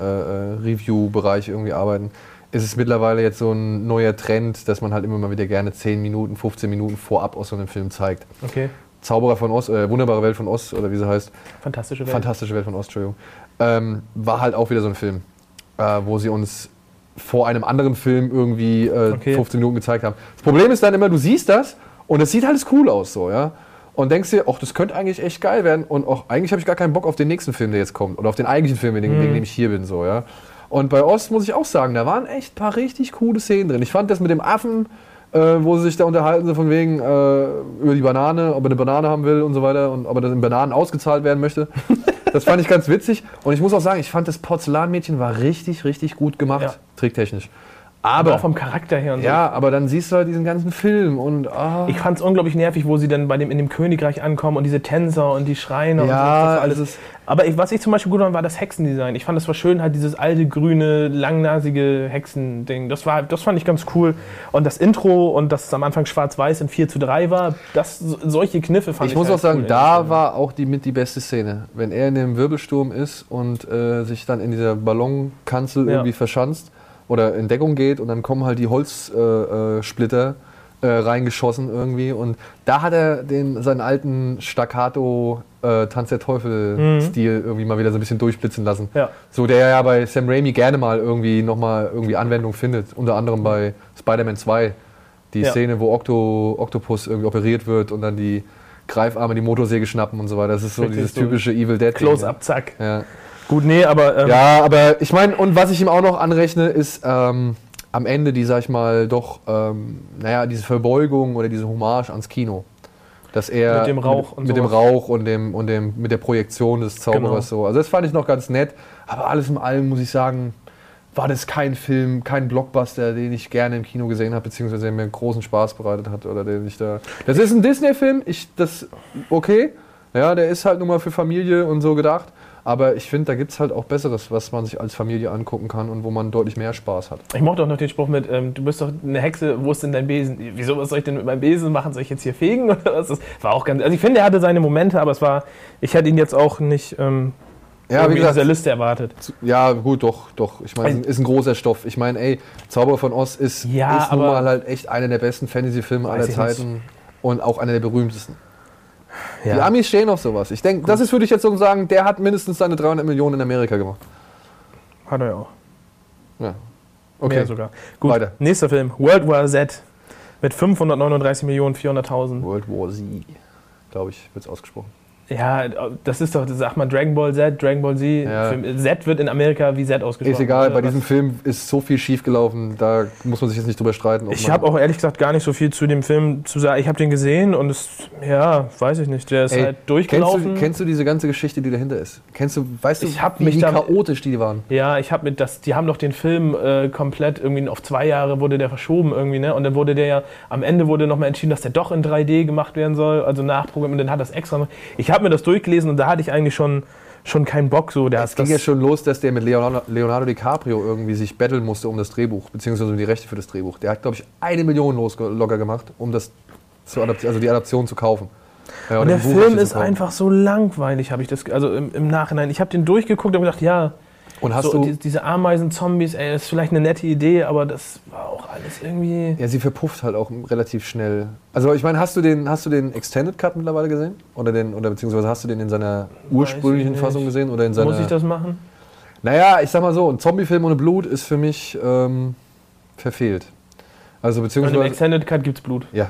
Film-Review-Bereich irgendwie arbeiten, ist es mittlerweile jetzt so ein neuer Trend, dass man halt immer mal wieder gerne zehn Minuten, fünfzehn Minuten vorab aus so einem Film zeigt. Okay. Zauberer von Oz, äh, Wunderbare Welt von Oz, oder wie sie heißt. Fantastische Welt. Fantastische Welt von Oz, Entschuldigung. Ähm, war halt auch wieder so ein Film, äh, wo sie uns vor einem anderen Film irgendwie äh, Okay. fünfzehn Minuten gezeigt haben. Das Problem ist dann immer, du siehst das und es sieht alles cool aus so, ja. Und denkst dir, ach, das könnte eigentlich echt geil werden und auch eigentlich habe ich gar keinen Bock auf den nächsten Film, der jetzt kommt oder auf den eigentlichen Film, wegen, Mhm. wegen dem ich hier bin, so, ja. Und bei Oz muss ich auch sagen, da waren echt ein paar richtig coole Szenen drin. Ich fand das mit dem Affen, äh, wo sie sich da unterhalten, so von wegen äh, über die Banane, ob er eine Banane haben will und so weiter und ob er dann in Bananen ausgezahlt werden möchte. Das fand ich ganz witzig. Und ich muss auch sagen, ich fand das Porzellanmädchen war richtig, richtig gut gemacht, Ja. tricktechnisch. Aber auch Aber, vom Charakter her und so. ja, aber dann siehst du halt diesen ganzen Film und ah, Ich fand es unglaublich nervig, wo sie dann bei dem, in dem Königreich ankommen und diese Tänzer und die Schreine und so. Das ja, war alles. es ist, Aber ich, was ich zum Beispiel gut fand, war das Hexendesign. Ich fand, das war schön, halt dieses alte, grüne, langnasige Hexending. Das, war, das fand ich ganz cool. Und das Intro und dass es am Anfang schwarz-weiß in vier zu drei war, das, so- solche Kniffe fand ich ich muss halt auch sagen, cool. da war auch die mit die beste Szene. Wenn er in dem Wirbelsturm ist und äh, sich dann in dieser Ballonkanzel Ja. irgendwie verschanzt oder in Deckung geht und dann kommen halt die Holzsplitter äh, Splitter, äh, reingeschossen irgendwie und da hat er den, seinen alten Staccato äh, Tanz der Teufel-Stil irgendwie mal wieder so ein bisschen durchblitzen lassen. Ja. So, der ja bei Sam Raimi gerne mal irgendwie nochmal irgendwie Anwendung findet. Unter anderem bei Spider-Man zwei. Die Ja. Szene, wo Octo, Octopus irgendwie operiert wird und dann die Greifarme die Motorsäge schnappen und so weiter. Das ist so Richtig dieses so typische Evil Dead. Close-up, zack. Ja. Gut, nee, aber. Ähm, ja, aber ich meine, und was ich ihm auch noch anrechne, ist ähm, am Ende die, sag ich mal, doch, ähm, naja, diese Verbeugung oder diese Hommage ans Kino. Dass er Mit dem Rauch mit, und mit dem sowas. Rauch und, dem, und dem, mit der Projektion des Zauberers Genau. so. Also das fand ich noch ganz nett. Aber alles in allem muss ich sagen, war das kein Film, kein Blockbuster, den ich gerne im Kino gesehen habe, beziehungsweise der mir großen Spaß bereitet hat. Oder den ich da. Das ist ein Disney-Film, ich, das okay. Ja, der ist halt nun mal für Familie und so gedacht. Aber ich finde, da gibt es halt auch Besseres, was man sich als Familie angucken kann und wo man deutlich mehr Spaß hat. Ich mochte auch noch den Spruch mit, ähm, du bist doch eine Hexe, wo ist denn dein Besen? Wieso, was soll ich denn mit meinem Besen machen? Soll ich jetzt hier fegen? Oder was? Das war auch ganz, also ich finde, er hatte seine Momente, aber es war, ich hätte ihn jetzt auch nicht ähm, Ja, irgendwie wie in gesagt, dieser Liste erwartet. ja, gut, doch, doch. Ich meine, ist ein großer Stoff. Ich meine, ey, Zauberer von Oz ist, Ja, ist nun aber- mal halt echt einer der besten Fantasy-Filme aller ich Zeiten und auch einer der berühmtesten. Die Ja. Amis stehen auf sowas. Ich denke, das ist, würde ich jetzt so sagen, der hat mindestens seine dreihundert Millionen in Amerika gemacht. Hat er ja auch. Ja. Okay. Mehr sogar. Gut, Weiter. nächster Film. World War Z mit fünfhundertneununddreißig Millionen vierhunderttausend. World War Z, glaube ich, wird es ausgesprochen. Ja, das ist doch, das sagt man Dragon Ball Z, Dragon Ball Z. Ja. Z wird in Amerika wie Z ausgesprochen. Ist egal, bei Was- diesem Film ist so viel schief gelaufen, da muss man sich jetzt nicht drüber streiten. ob Ich man- habe auch ehrlich gesagt gar nicht so viel zu dem Film zu sagen. Ich habe den gesehen und es, ja, weiß ich nicht, der ist Ey, halt kennst durchgelaufen. du, kennst du diese ganze Geschichte, die dahinter ist? Kennst du, weißt du, Ich hab wie mich da- chaotisch die waren? Ja, ich habe mit das, die haben doch den Film äh, komplett irgendwie auf zwei Jahre wurde der verschoben irgendwie, ne? Und dann wurde der ja, am Ende wurde nochmal entschieden, dass der doch in drei D gemacht werden soll, also nachprogrammiert, und dann hat das extra noch. Ich habe mir das durchgelesen und da hatte ich eigentlich schon, schon keinen Bock so. Der Es hat ging das, ja schon los, dass der mit Leonardo, Leonardo DiCaprio irgendwie sich betteln musste um das Drehbuch, beziehungsweise um die Rechte für das Drehbuch. Der hat, glaube ich, eine Million los, locker gemacht, um das zu adaptieren, also die Adaption zu kaufen. Ja, und oder der die Film Buchrechte ist zu kaufen. einfach so langweilig, habe ich das, also im, im Nachhinein. Ich habe den durchgeguckt und gedacht, ja, Und hast so, du, die, diese Ameisen-Zombies, ey, das ist vielleicht eine nette Idee, aber das war auch alles irgendwie. ja, sie verpufft halt auch relativ schnell. Also ich meine, hast du den, hast du den Extended Cut mittlerweile gesehen? Oder den, oder beziehungsweise hast du den in seiner ursprünglichen nicht. Fassung gesehen? Oder in seiner, Muss ich das machen? Naja, ich sag mal so, ein Zombie-Film ohne Blut ist für mich ähm, verfehlt. Also Und im beziehungsweise... Extended Cut gibt's Blut. Ja.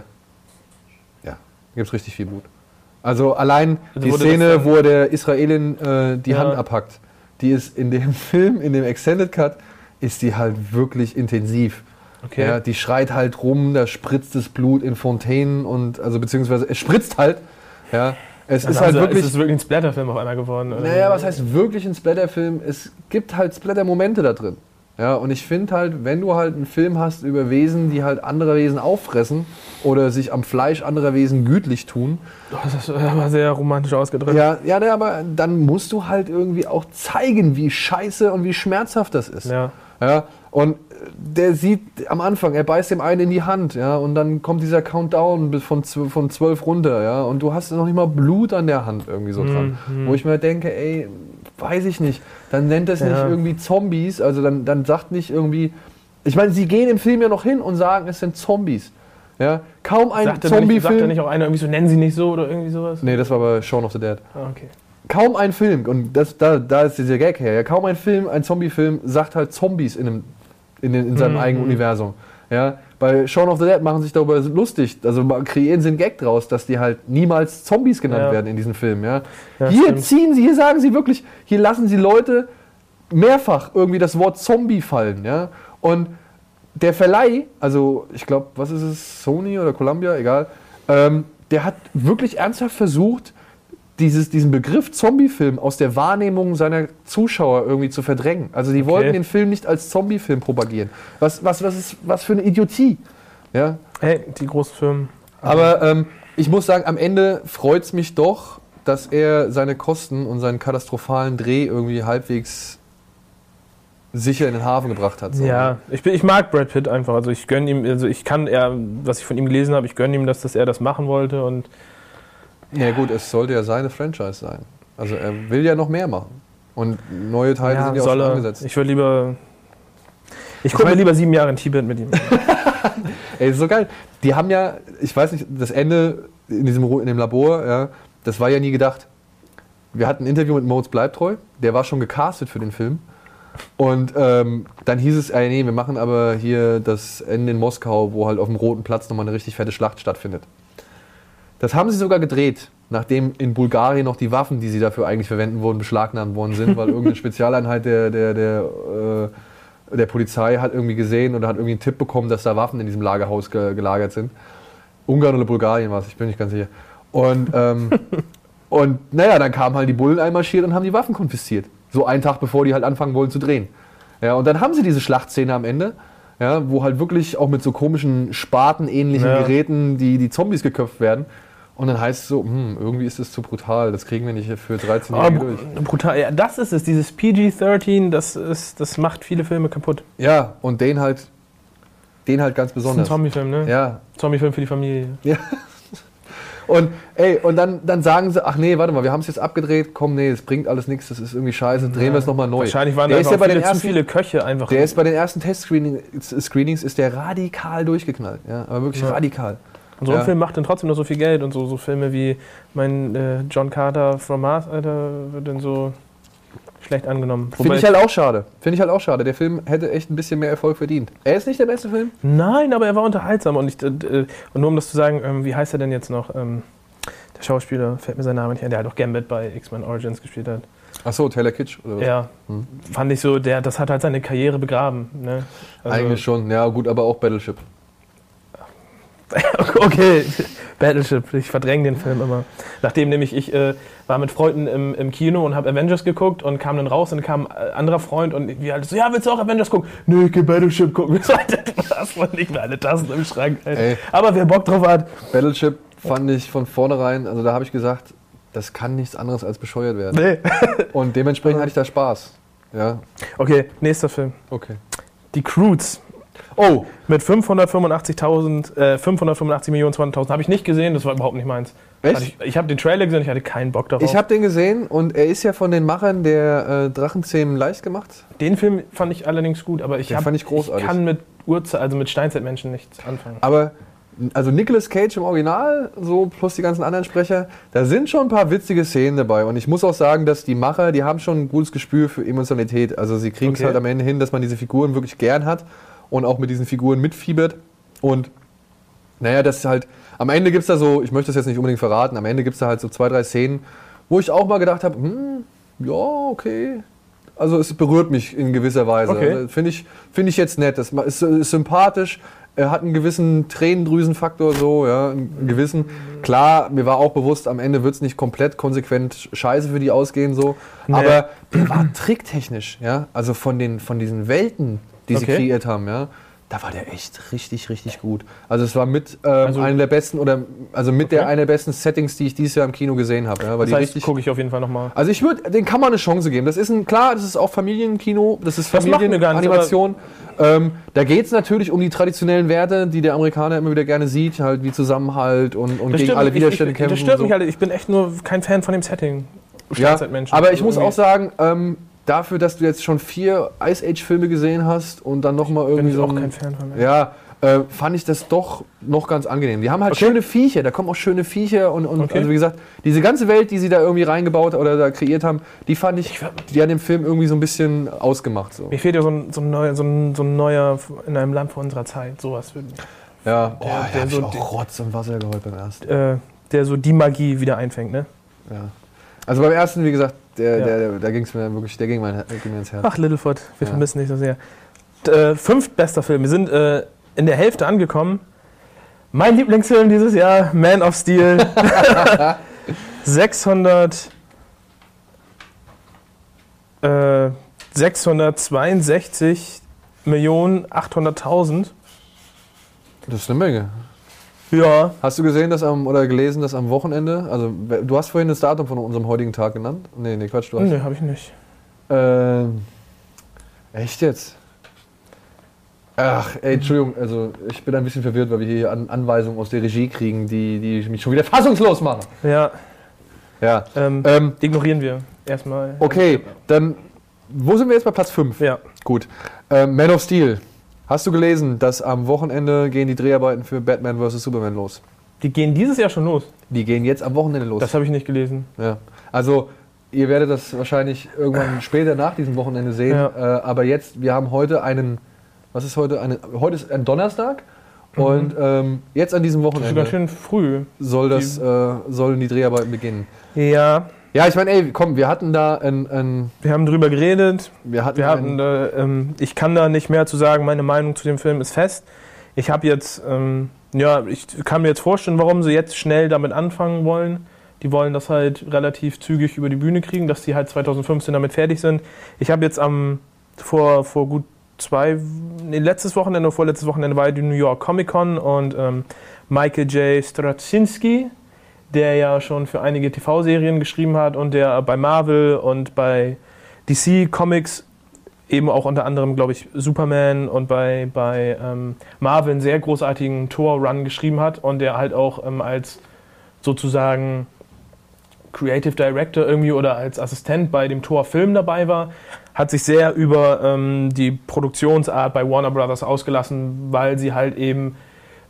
Ja, gibt es richtig viel Blut. Also allein Also die wurde Szene, das dann- wo er der Israelin äh, die Ja. Hand abhackt, die ist in dem Film, in dem Extended Cut, ist die halt wirklich intensiv. Okay. Ja, die schreit halt rum, da spritzt das Blut in Fontänen und, also beziehungsweise es spritzt halt. Ja, es Also ist halt also, wirklich... Es ist wirklich ein Splatterfilm auf einmal geworden. oder? Naja, was heißt wirklich ein Splatterfilm? Es gibt halt Splatter-Momente da drin. Ja, und ich finde halt, wenn du halt einen Film hast über Wesen, die halt andere Wesen auffressen oder sich am Fleisch anderer Wesen gütlich tun, Oh, das war sehr romantisch ausgedrückt. ja, ja, ne, aber dann musst du halt irgendwie auch zeigen, wie scheiße und wie schmerzhaft das ist. Ja. Ja, und der sieht am Anfang, er beißt dem einen in die Hand, ja, und dann kommt dieser Countdown bis von zwölf, von zwölf runter, ja, und du hast noch nicht mal Blut an der Hand irgendwie so dran. Mhm. Wo ich mir denke, ey, weiß ich nicht, dann nennt es Ja. nicht irgendwie Zombies, also dann, dann sagt nicht irgendwie, ich meine, sie gehen im Film ja noch hin und sagen, es sind Zombies. Ja, kaum ein Sagt er nicht, sagt er Zombie-Film. nicht auch einer irgendwie so, nennen sie nicht so oder irgendwie sowas? Nee, das war bei Shaun of the Dead. Ah, okay. Kaum ein Film, und das, da, da ist dieser Gag her, ja, kaum ein Film, ein Zombie-Film sagt halt Zombies in, einem, in, den, in seinem Mhm. eigenen Universum. Ja, bei Shaun of the Dead machen sich darüber lustig, also ma- kreieren sie einen Gag draus, dass die halt niemals Zombies genannt Ja. werden in diesem Film. Ja. Ja, hier stimmt. ziehen sie, hier sagen sie wirklich, hier lassen sie Leute mehrfach irgendwie das Wort Zombie fallen. Ja. Und der Verleih, also ich glaube, was ist es, Sony oder Columbia, egal, ähm, der hat wirklich ernsthaft versucht, dieses, diesen Begriff Zombie-Film aus der Wahrnehmung seiner Zuschauer irgendwie zu verdrängen. Also die Okay. wollten den Film nicht als Zombie-Film propagieren. Was, was, was, ist, was für eine Idiotie. Ja? Hey, die großen Firmen. Aber ähm, ich muss sagen, am Ende freut es mich doch, dass er seine Kosten und seinen katastrophalen Dreh irgendwie halbwegs sicher in den Hafen gebracht hat. So. Ja, ich, bin, ich mag Brad Pitt einfach. Also ich gönne ihm, also ich kann er, was ich von ihm gelesen habe, ich gönne ihm, dass, dass er das machen wollte und Ja gut, es sollte ja seine Franchise sein. Also er will ja noch mehr machen. Und neue Teile ja, sind ja auch soll schon er. angesetzt. Ich würde lieber, ich gucke mir mein- lieber sieben Jahre in Tibet mit ihm. Ey, ist so geil. Die haben ja, ich weiß nicht, das Ende in diesem Ru- in dem Labor, ja, das war ja nie gedacht. Wir hatten ein Interview mit Moritz Bleibtreu, der war schon gecastet für den Film. Und ähm, dann hieß es, ey, nee, wir machen aber hier das Ende in Moskau, wo halt auf dem Roten Platz nochmal eine richtig fette Schlacht stattfindet. Das haben sie sogar gedreht, nachdem in Bulgarien noch die Waffen, die sie dafür eigentlich verwenden wurden, beschlagnahmt worden sind, weil irgendeine Spezialeinheit der, der, der, äh, der Polizei hat irgendwie gesehen oder hat irgendwie einen Tipp bekommen, dass da Waffen in diesem Lagerhaus ge gelagert sind. Ungarn oder Bulgarien war es, ich bin nicht ganz sicher. Und, ähm, und naja, dann kamen halt die Bullen einmarschiert und haben die Waffen konfisziert. So einen Tag bevor die halt anfangen wollen zu drehen. Ja, und dann haben sie diese Schlachtszene am Ende, ja, wo halt wirklich auch mit so komischen Spaten-ähnlichen Ja. Geräten die, die Zombies geköpft werden. Und dann heißt es so, hm, irgendwie ist das zu brutal, das kriegen wir nicht für dreizehn-Jährige Aber durch. brutal, ja, das ist es, dieses P G dreizehn, das, ist, das macht viele Filme kaputt. Ja, und den halt, den halt ganz Das ist ein besonders. Zombiefilm, ne? Ja, Zombiefilm für die Familie. ja. Und ey, und dann, dann sagen sie, ach nee, warte mal, wir haben es jetzt abgedreht, komm, nee, das bringt alles nichts, das ist irgendwie scheiße, drehen wir es nochmal neu. Wahrscheinlich waren der da ist einfach ja bei den viele, zu ersten, viele Köche einfach. Der ist bei den ersten Test-Screenings Screenings ist der radikal durchgeknallt, ja, aber wirklich Ja. radikal. Und so ein Ja. Film macht dann trotzdem noch so viel Geld und so, so Filme wie mein äh, John Carter from Mars, Alter, wird dann so. schlecht angenommen. Finde ich halt auch schade. Finde ich halt auch schade. Der Film hätte echt ein bisschen mehr Erfolg verdient. Er ist nicht der beste Film? Nein, aber er war unterhaltsam. Und, ich, äh, und nur um das zu sagen, ähm, wie heißt er denn jetzt noch? Ähm, der Schauspieler, fällt mir sein Name nicht ein, der halt auch Gambit bei X-Men Origins gespielt hat. Achso, Taylor Kitsch oder was? Ja, hm. fand ich so, der, das hat halt seine Karriere begraben. Ne? Also eigentlich schon, ja gut, aber auch Battleship. Okay, Battleship, ich verdränge den Film immer. Nachdem nämlich ich äh, war mit Freunden im, im Kino und habe Avengers geguckt und kam dann raus und kam ein anderer Freund und wir halt so, ja, willst du auch Avengers gucken? Nö, ich geh Battleship gucken. Wir so, Alter, du hast wohl nicht mehr alle Tassen im Schrank. Ey. Aber wer Bock drauf hat. Battleship fand ich von vornherein, also da habe ich gesagt, das kann nichts anderes als bescheuert werden. Nee. Und dementsprechend hatte ich da Spaß. Ja. Okay, nächster Film. Okay. Die Croods. Oh! Mit fünfhundertfünfundachtzigtausend, äh, fünfhundertfünfundachtzig Millionen zweihunderttausend. Habe ich nicht gesehen, das war überhaupt nicht meins. Echt? Ich, ich habe den Trailer gesehen, ich hatte keinen Bock darauf. Ich habe den gesehen und er ist ja von den Machern der äh, Drachenzähmen leicht gemacht. Den Film fand ich allerdings gut, aber ich, den hab, fand ich, großartig. ich kann mit Urzeit, also mit Steinzeitmenschen nichts anfangen. Aber also Nicolas Cage im Original, so plus die ganzen anderen Sprecher, da sind schon ein paar witzige Szenen dabei. Und ich muss auch sagen, dass die Macher, die haben schon ein gutes Gespür für Emotionalität. Also sie kriegen es Okay. halt am Ende hin, dass man diese Figuren wirklich gern hat und auch mit diesen Figuren mitfiebert. Und naja, das ist halt, am Ende gibt es da so, ich möchte das jetzt nicht unbedingt verraten, am Ende gibt es da halt so zwei, drei Szenen, wo ich auch mal gedacht habe, hm, ja, okay. Also es berührt mich in gewisser Weise. Okay. Also, finde ich, find ich jetzt nett. Das ist, ist sympathisch. Er hat einen gewissen Tränendrüsenfaktor, so, ja, einen gewissen. Klar, mir war auch bewusst, am Ende wird es nicht komplett konsequent scheiße für die ausgehen, so. Nee. Aber der war tricktechnisch, ja. Also von, den, von diesen Welten, die sie Okay. kreiert haben, ja. Da war der echt richtig, richtig gut. Also es war mit ähm, Also- einer der besten, oder also mit der Okay. einer der besten Settings, die ich dieses Jahr im Kino gesehen habe. Ja, weil Das die heißt, richtig, gucke ich auf jeden Fall nochmal. also ich würde, den kann man eine Chance geben. Das ist ein, klar, das ist auch Familienkino, das ist Das macht mir gar nichts, Familienanimation. Ähm, da geht es natürlich um die traditionellen Werte, die der Amerikaner immer wieder gerne sieht, halt wie Zusammenhalt und, und Das gegen stört alle mich- Widerstände ich, ich, kämpfen. Das stört und so. mich halt, ich bin echt nur kein Fan von dem Setting. Ja, Steinzeitmenschen. aber ich Also muss auch irgendwie- sagen, ähm, dafür, dass du jetzt schon vier Ice Age Filme gesehen hast und dann nochmal bin irgendwie ich so auch ein, kein Fan von. ja, äh, fand ich das doch noch ganz angenehm. Die haben halt Okay. schöne Viecher, da kommen auch schöne Viecher und, und Okay. also wie gesagt, diese ganze Welt, die sie da irgendwie reingebaut oder da kreiert haben, die fand ich, die hat den Film irgendwie so ein bisschen ausgemacht. So. Mir fehlt ja so ein, so ein, neuer, so, ein, so ein neuer in einem Land vor unserer Zeit, sowas. Für, Ja, oh, Der- da der hab so ich auch die- Rotz und Wasser geheult beim ersten. äh, der so die Magie wieder einfängt, ne? Ja. Also beim ersten, wie gesagt, der, Ja. der, der, da ging es mir wirklich, der ging, mein, der ging mir ins Herz. Ach, Littlefoot, wir Ja. vermissen dich so sehr. D- Äh, fünftbester Film. Wir sind äh, in der Hälfte angekommen. Mein Lieblingsfilm dieses Jahr, Man of Steel. sechshundert, äh, sechshundertzweiundsechzig Millionen achthunderttausend. Das ist eine Menge. Ja. Hast du gesehen, dass am, oder gelesen, dass am Wochenende, also du hast vorhin das Datum von unserem heutigen Tag genannt? Nee, nee, Quatsch, du hast. Nee, habe ich nicht. Ähm, echt jetzt? Ach, ey, Entschuldigung, also ich bin ein bisschen verwirrt, weil wir hier An Anweisungen aus der Regie kriegen, die, die mich schon wieder fassungslos machen. Ja, Ja. ähm, Ähm, ignorieren wir erstmal. okay, dann, wo sind wir jetzt bei Platz fünf? Ja. Gut. Ähm, Man of Steel. Hast du gelesen, dass am Wochenende gehen die Dreharbeiten für Batman versus. Superman los? Die gehen dieses Jahr schon los. Die gehen jetzt am Wochenende los. Das habe ich nicht gelesen. Ja. Also, ihr werdet das wahrscheinlich irgendwann später nach diesem Wochenende sehen. Ja. Äh, aber jetzt, wir haben heute einen, was ist heute? Eine, heute ist ein Donnerstag. Mhm. Und ähm, jetzt an diesem Das ist ganz Wochenende schön früh. soll das, äh, sollen die Dreharbeiten beginnen. Ja, Ja, ich meine, ey, komm, wir hatten da ein, ein wir haben drüber geredet. wir hatten, Wir hatten, ein, äh, ähm, ich kann da nicht mehr zu sagen, meine Meinung zu dem Film ist fest. Ich habe jetzt, ähm, ja, ich kann mir jetzt vorstellen, warum sie jetzt schnell damit anfangen wollen. Die wollen das halt relativ zügig über die Bühne kriegen, dass die halt zweitausendfünfzehn damit fertig sind. Ich habe jetzt am, vor, vor gut zwei, nee, letztes Wochenende oder vorletztes Wochenende war die New York Comic Con und ähm, Michael J. Straczynski, der ja schon für einige T V-Serien geschrieben hat und der bei Marvel und bei D C Comics eben auch unter anderem, glaube ich, Superman und bei, bei ähm, Marvel einen sehr großartigen Thor-Run geschrieben hat und der halt auch ähm, als sozusagen Creative Director irgendwie oder als Assistent bei dem Thor-Film dabei war, hat sich sehr über ähm, die Produktionsart bei Warner Brothers ausgelassen, weil sie halt eben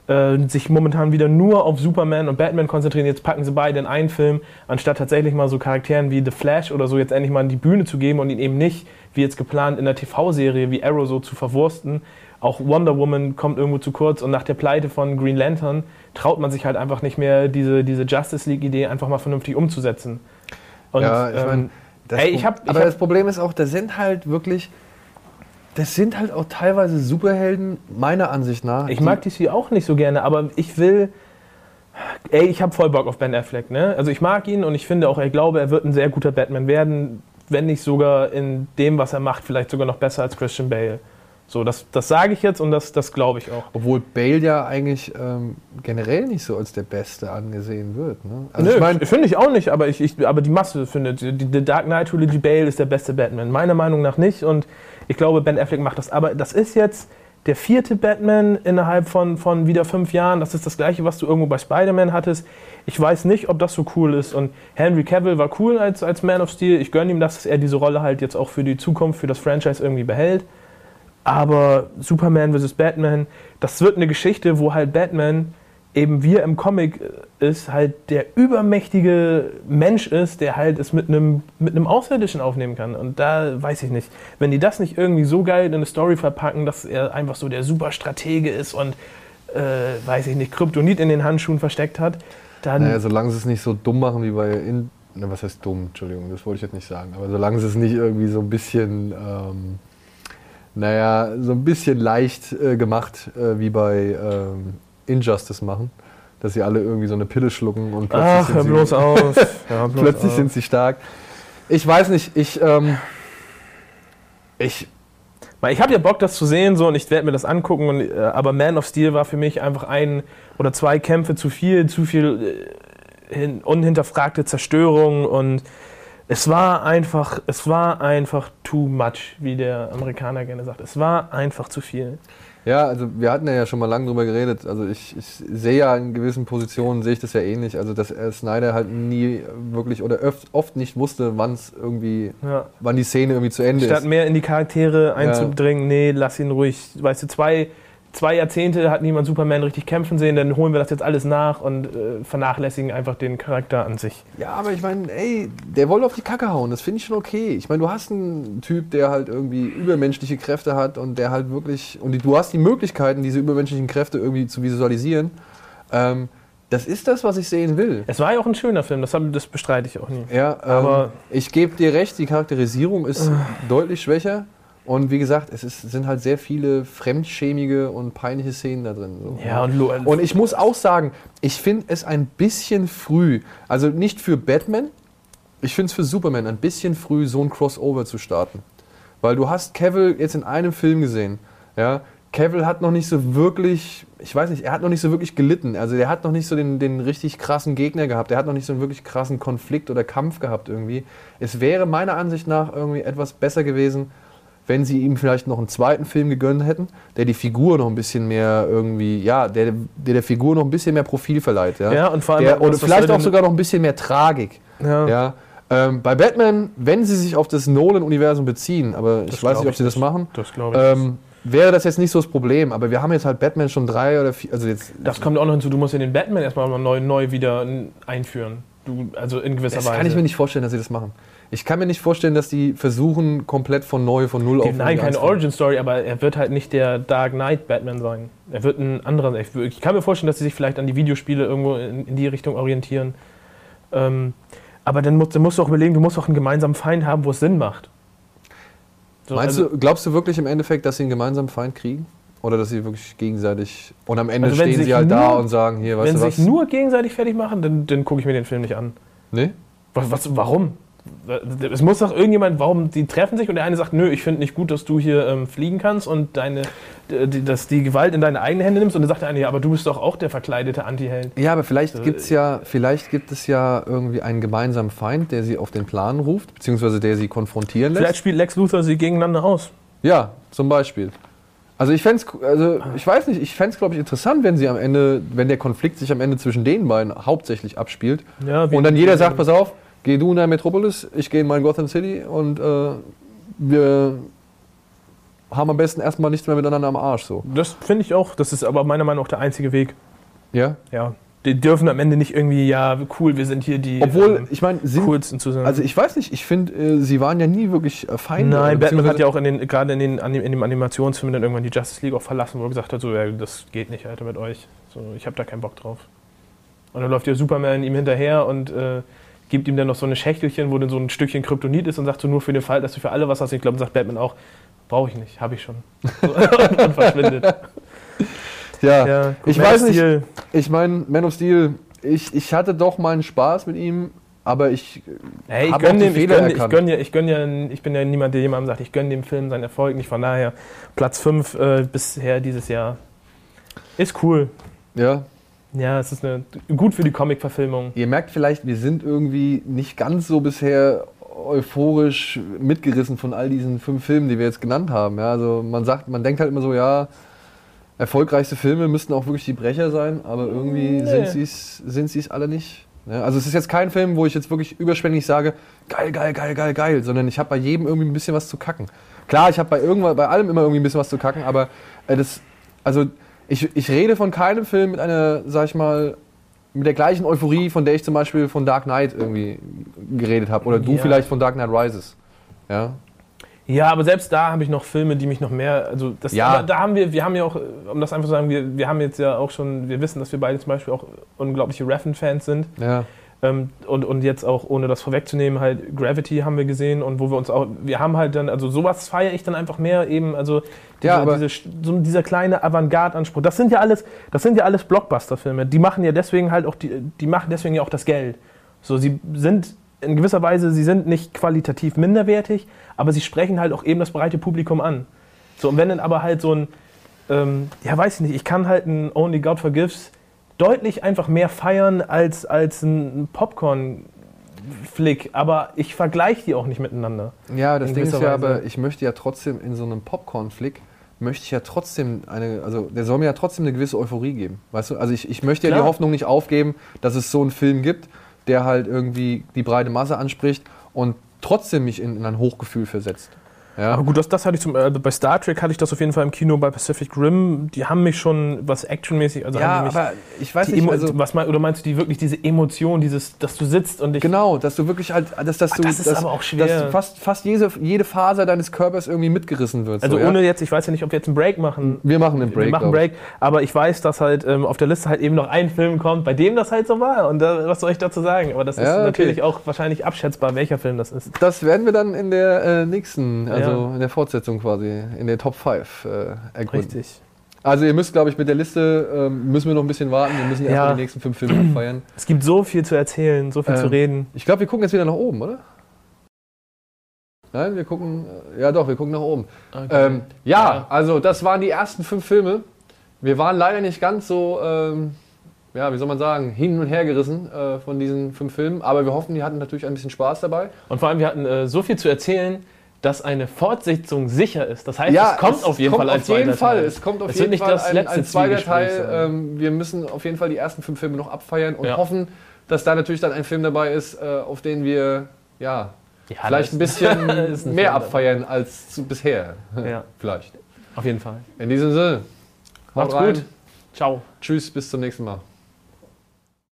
äh, sich momentan wieder nur auf Superman und Batman konzentrieren. Jetzt packen sie beide in einen Film, anstatt tatsächlich mal so Charakteren wie The Flash oder so jetzt endlich mal die Bühne zu geben und ihn eben nicht, wie jetzt geplant, in der T V-Serie wie Arrow so zu verwursten. Auch Wonder Woman kommt irgendwo zu kurz und nach der Pleite von Green Lantern traut man sich halt einfach nicht mehr, diese, diese Justice League-Idee einfach mal vernünftig umzusetzen. Und, ja, ich meine, ähm, ey, ich hab, ich aber hab, das Problem ist auch, das sind halt wirklich, das sind halt auch teilweise Superhelden, meiner Ansicht nach. Ich mag D C auch nicht so gerne, aber ich will, ey, ich habe voll Bock auf Ben Affleck, ne? Also ich mag ihn und ich finde auch, ich glaube, er wird ein sehr guter Batman werden, wenn nicht sogar in dem, was er macht, vielleicht sogar noch besser als Christian Bale. So, das, das sage ich jetzt und das, das glaube ich auch. Obwohl Bale ja eigentlich ähm, generell nicht so als der Beste angesehen wird. Ne? Also Nö, ich mein, finde ich auch nicht, aber, ich, ich, aber die Masse findet, die, die Dark Knight Trilogy, Bale ist der beste Batman. Meiner Meinung nach nicht und ich glaube, Ben Affleck macht das. Aber das ist jetzt der vierte Batman innerhalb von, von wieder fünf Jahren. Das ist das Gleiche, was du irgendwo bei Spider-Man hattest. Ich weiß nicht, ob das so cool ist. Und Henry Cavill war cool als, als Man of Steel. Ich gönne ihm das, dass er diese Rolle halt jetzt auch für die Zukunft, für das Franchise irgendwie behält. Aber Superman versus Batman, das wird eine Geschichte, wo halt Batman, eben wie er im Comic ist, halt der übermächtige Mensch ist, der halt es mit einem mit einem Außerirdischen aufnehmen kann. Und da weiß ich nicht, wenn die das nicht irgendwie so geil in eine Story verpacken, dass er einfach so der Superstratege ist und, äh, weiß ich nicht, Kryptonit in den Handschuhen versteckt hat, dann... Naja, solange sie es nicht so dumm machen wie bei... In, na, was heißt dumm? Entschuldigung, das wollte ich jetzt nicht sagen. Aber solange sie es nicht irgendwie so ein bisschen... Ähm, naja, so ein bisschen leicht äh, gemacht, äh, wie bei ähm, Injustice machen, dass sie alle irgendwie so eine Pille schlucken und plötzlich, Ach, sind, hör sie, bloß auf. Ja, bloß plötzlich auf. sind sie stark. Ich weiß nicht, ich, ähm, ich, Ich habe ja Bock, das zu sehen, so, und ich werde mir das angucken, und, äh, aber Man of Steel war für mich einfach ein oder zwei Kämpfe zu viel, zu viel äh, hin, unhinterfragte Zerstörung und es war einfach, es war einfach too much, wie der Amerikaner gerne sagt. Es war einfach zu viel. Ja, also wir hatten ja schon mal lange drüber geredet. Also ich, ich sehe ja in gewissen Positionen, sehe ich das ja ähnlich. Also dass äh, Snyder halt nie wirklich oder oft, oft nicht wusste, wann es irgendwie, Ja. wann die Szene irgendwie zu Ende Statt ist. mehr in die Charaktere einzudringen, ja. nee, lass ihn ruhig. Weißt du, zwei, zwei Jahrzehnte hat niemand Superman richtig kämpfen sehen, dann holen wir das jetzt alles nach und äh, vernachlässigen einfach den Charakter an sich. Ja, aber ich meine, ey, der wollte auf die Kacke hauen, das finde ich schon okay. Ich meine, du hast einen Typ, der halt irgendwie übermenschliche Kräfte hat und der halt wirklich, und die, du hast die Möglichkeiten, diese übermenschlichen Kräfte irgendwie zu visualisieren. Ähm, das ist das, was ich sehen will. Es war ja auch ein schöner Film, das, hab, das bestreite ich auch nie. Ja, ähm, Aber ich gebe dir recht, die Charakterisierung ist äh. deutlich schwächer. Und wie gesagt, es ist, sind halt sehr viele fremdschämige und peinliche Szenen da drin. So. Ja, und, Lo- und ich muss auch sagen, ich finde es ein bisschen früh, also nicht für Batman, ich finde es für Superman ein bisschen früh, so ein Crossover zu starten. Weil du hast Cavill jetzt in einem Film gesehen. Ja? Cavill hat noch nicht so wirklich, ich weiß nicht, er hat noch nicht so wirklich gelitten. Also der hat noch nicht so den, den richtig krassen Gegner gehabt. Er hat noch nicht so einen wirklich krassen Konflikt oder Kampf gehabt irgendwie. Es wäre meiner Ansicht nach irgendwie etwas besser gewesen, wenn sie ihm vielleicht noch einen zweiten Film gegönnt hätten, der die Figur noch ein bisschen mehr irgendwie, ja, der der, der Figur noch ein bisschen mehr Profil verleiht. Ja, ja und vor allem... der, oder was, was vielleicht auch denn, sogar noch ein bisschen mehr Tragik. Ja. Ja. Ähm, bei Batman, wenn sie sich auf das Nolan-Universum beziehen, aber ich Das weiß nicht, glaub ob sie ich das machen, Das glaube ich nicht. ähm, wäre das jetzt nicht so das Problem. Aber wir haben jetzt halt Batman schon drei oder vier, also jetzt... Das kommt auch noch hinzu, du musst ja den Batman erstmal mal neu, neu wieder einführen. Du, also in gewisser Das Weise. kann ich mir nicht vorstellen, dass sie das machen. Ich kann mir nicht vorstellen, dass die versuchen, komplett von neu, von null auf... Nein, keine Origin-Story, aber er wird halt nicht der Dark Knight Batman sein. Er wird ein anderer. Ich, ich kann mir vorstellen, dass sie sich vielleicht an die Videospiele irgendwo in, in die Richtung orientieren. Ähm, aber dann musst, dann musst du auch überlegen, du musst auch einen gemeinsamen Feind haben, wo es Sinn macht. So, Meinst also, du, glaubst du wirklich im Endeffekt, dass sie einen gemeinsamen Feind kriegen? Oder dass sie wirklich gegenseitig... Und am Ende Also wenn stehen sie sie halt nur- da und sagen, hier, weißt wenn du sie was? sich nur gegenseitig fertig machen, dann, dann gucke ich mir den Film nicht an. Nee? Was, was, warum? Es muss doch irgendjemand, warum die treffen sich und der eine sagt, nö, ich finde nicht gut, dass du hier ähm, fliegen kannst und deine, die, dass die Gewalt in deine eigenen Hände nimmst und dann sagt der eine, ja, aber du bist doch auch der verkleidete Anti-Held. Ja, aber vielleicht, So, gibt's ja, vielleicht gibt es ja irgendwie einen gemeinsamen Feind, der sie auf den Plan ruft, beziehungsweise der sie konfrontieren lässt. Vielleicht spielt Lex Luthor sie gegeneinander aus. Ja, zum Beispiel. Also ich fänd's, also ich weiß nicht, ich fände es, glaube ich, interessant, wenn sie am Ende, wenn der Konflikt sich am Ende zwischen den beiden hauptsächlich abspielt. Ja, wie- Und dann jeder sagt, pass auf, geh du in dein Metropolis, ich gehe in mein Gotham City und äh, wir haben am besten erstmal nichts mehr miteinander am Arsch. So. Das finde ich auch. Das ist aber meiner Meinung nach der einzige Weg. Ja? Ja. Die dürfen am Ende nicht irgendwie, ja, cool, wir sind hier die Obwohl, ähm, ich meine, coolsten zusammen. Also ich weiß nicht, ich finde, äh, sie waren ja nie wirklich äh, Feinde. Nein, Batman hat ja auch in den, gerade in, den, in dem Animationsfilm dann irgendwann die Justice League auch verlassen, wo er gesagt hat, so, ja, das geht nicht, Alter, mit euch. So, ich habe da keinen Bock drauf. Und dann läuft ja Superman ihm hinterher und äh, gibt ihm dann noch so eine Schächtelchen, wo dann so ein Stückchen Kryptonit ist und sagt so, nur für den Fall, dass du für alle was hast. Ich glaube, sagt Batman auch, brauche ich nicht, habe ich schon. So, und, und verschwindet. Ja, ja ich weiß nicht, ich meine, Man of Steel, ich, ich hatte doch meinen Spaß mit ihm, aber ich hey, habe auch die dem, Fehler ich erkannt. Gönn, ich, gönn ja, ich bin ja niemand, der jemandem sagt, ich gönne dem Film seinen Erfolg nicht. Von daher, Platz fünf äh, bisher dieses Jahr ist cool. Ja. Ja, es ist eine, gut für die Comic-Verfilmung. Ihr merkt vielleicht, wir sind irgendwie nicht ganz so bisher euphorisch mitgerissen von all diesen fünf Filmen, die wir jetzt genannt haben. Ja, also man sagt, man denkt halt immer so, ja, erfolgreichste Filme müssten auch wirklich die Brecher sein, aber irgendwie nee. sind sie es sind sie's alle nicht. Ja, also es ist jetzt kein Film, wo ich jetzt wirklich überschwänglich sage, geil, geil, geil, geil, geil, sondern ich habe bei jedem irgendwie ein bisschen was zu kacken. Klar, ich habe bei irgendwann, bei allem immer irgendwie ein bisschen was zu kacken, aber äh, das, also ich, ich rede von keinem Film mit einer, sag ich mal, mit der gleichen Euphorie, von der ich zum Beispiel von Dark Knight irgendwie geredet habe. Oder du ja. vielleicht von Dark Knight Rises. Ja. Ja, aber selbst da habe ich noch Filme, die mich noch mehr, also das, ja. da, da haben wir, wir haben ja auch, um das einfach zu sagen, wir, wir haben jetzt ja auch schon, wir wissen, dass wir beide zum Beispiel auch unglaubliche Refn-Fans sind. Ja. Ähm, und, und jetzt auch, ohne das vorwegzunehmen, halt Gravity haben wir gesehen und wo wir uns auch, wir haben halt dann, also sowas feiere ich dann einfach mehr eben, also diese, ja, aber diese, so dieser kleine Avantgarde-Anspruch. Das sind ja alles, das sind ja alles Blockbuster-Filme. Die machen ja deswegen halt auch, die, die machen deswegen ja auch das Geld. So, sie sind in gewisser Weise, sie sind nicht qualitativ minderwertig, aber sie sprechen halt auch eben das breite Publikum an. So, und wenn dann aber halt so ein, ähm, ja weiß ich nicht, ich kann halt ein Only God Forgives deutlich einfach mehr feiern als, als ein Popcorn-Flick, aber ich vergleiche die auch nicht miteinander. Ja, das Ding ist ja, aber ich möchte ja trotzdem in so einem Popcorn-Flick, möchte ich ja trotzdem eine, also der soll mir ja trotzdem eine gewisse Euphorie geben, weißt du? Also ich, ich möchte ja Klar. die Hoffnung nicht aufgeben, dass es so einen Film gibt, der halt irgendwie die breite Masse anspricht und trotzdem mich in, in ein Hochgefühl versetzt. Ja. Aber gut, das, das hatte ich zum, äh, bei Star Trek hatte ich das auf jeden Fall im Kino, bei Pacific Rim, die haben mich schon, was actionmäßig, also ja, haben mich, aber ich weiß nicht, Emo- also was mein, oder meinst du die wirklich diese Emotion, dieses, dass du sitzt und dich... Genau, dass du wirklich halt, dass, dass Ach, du, das ist dass, aber auch schwer. dass fast, fast jede, jede Faser deines Körpers irgendwie mitgerissen wird. Also so, ohne ja? jetzt, ich weiß ja nicht, ob wir jetzt einen Break machen. Wir machen einen Break. Wir machen einen Break, aber ich weiß, dass halt ähm, auf der Liste halt eben noch ein Film kommt, bei dem das halt so war. Und äh, was soll ich dazu sagen? Aber das ist ja, okay. natürlich auch wahrscheinlich abschätzbar, welcher Film das ist. Das werden wir dann in der äh, nächsten, also Ja. in der Fortsetzung quasi, in der Top fünf äh, ergründen. Richtig. Also ihr müsst, glaube ich, mit der Liste, ähm, müssen wir noch ein bisschen warten. Wir müssen Ja. erstmal die nächsten fünf Filme feiern. Es gibt so viel zu erzählen, so viel Ähm, zu reden. Ich glaube, wir gucken jetzt wieder nach oben, oder? Nein, wir gucken, äh, ja doch, wir gucken nach oben. Okay. Ähm, ja, Ja. also das waren die ersten fünf Filme. Wir waren leider nicht ganz so, ähm, ja, wie soll man sagen, hin und her gerissen äh, von diesen fünf Filmen. Aber wir hoffen, die hatten natürlich ein bisschen Spaß dabei. Und vor allem, wir hatten äh, so viel zu erzählen, dass eine Fortsetzung sicher ist. Das heißt, Ja, es kommt es auf jeden kommt Fall ein auf jeden zweiter Fall. Teil. Es kommt auf Es jeden wird nicht Fall das ein, letzte ein zweiter Zwiegespräch Teil. sein. Ähm, wir müssen auf jeden Fall die ersten fünf Filme noch abfeiern und Ja. hoffen, dass da natürlich dann ein Film dabei ist, äh, auf den wir ja, Ja, vielleicht das ein bisschen ist ein mehr Film abfeiern als zu bisher. Ja. Vielleicht. Auf jeden Fall. In diesem Sinne, Macht's haut rein. gut. Ciao. Tschüss, bis zum nächsten Mal.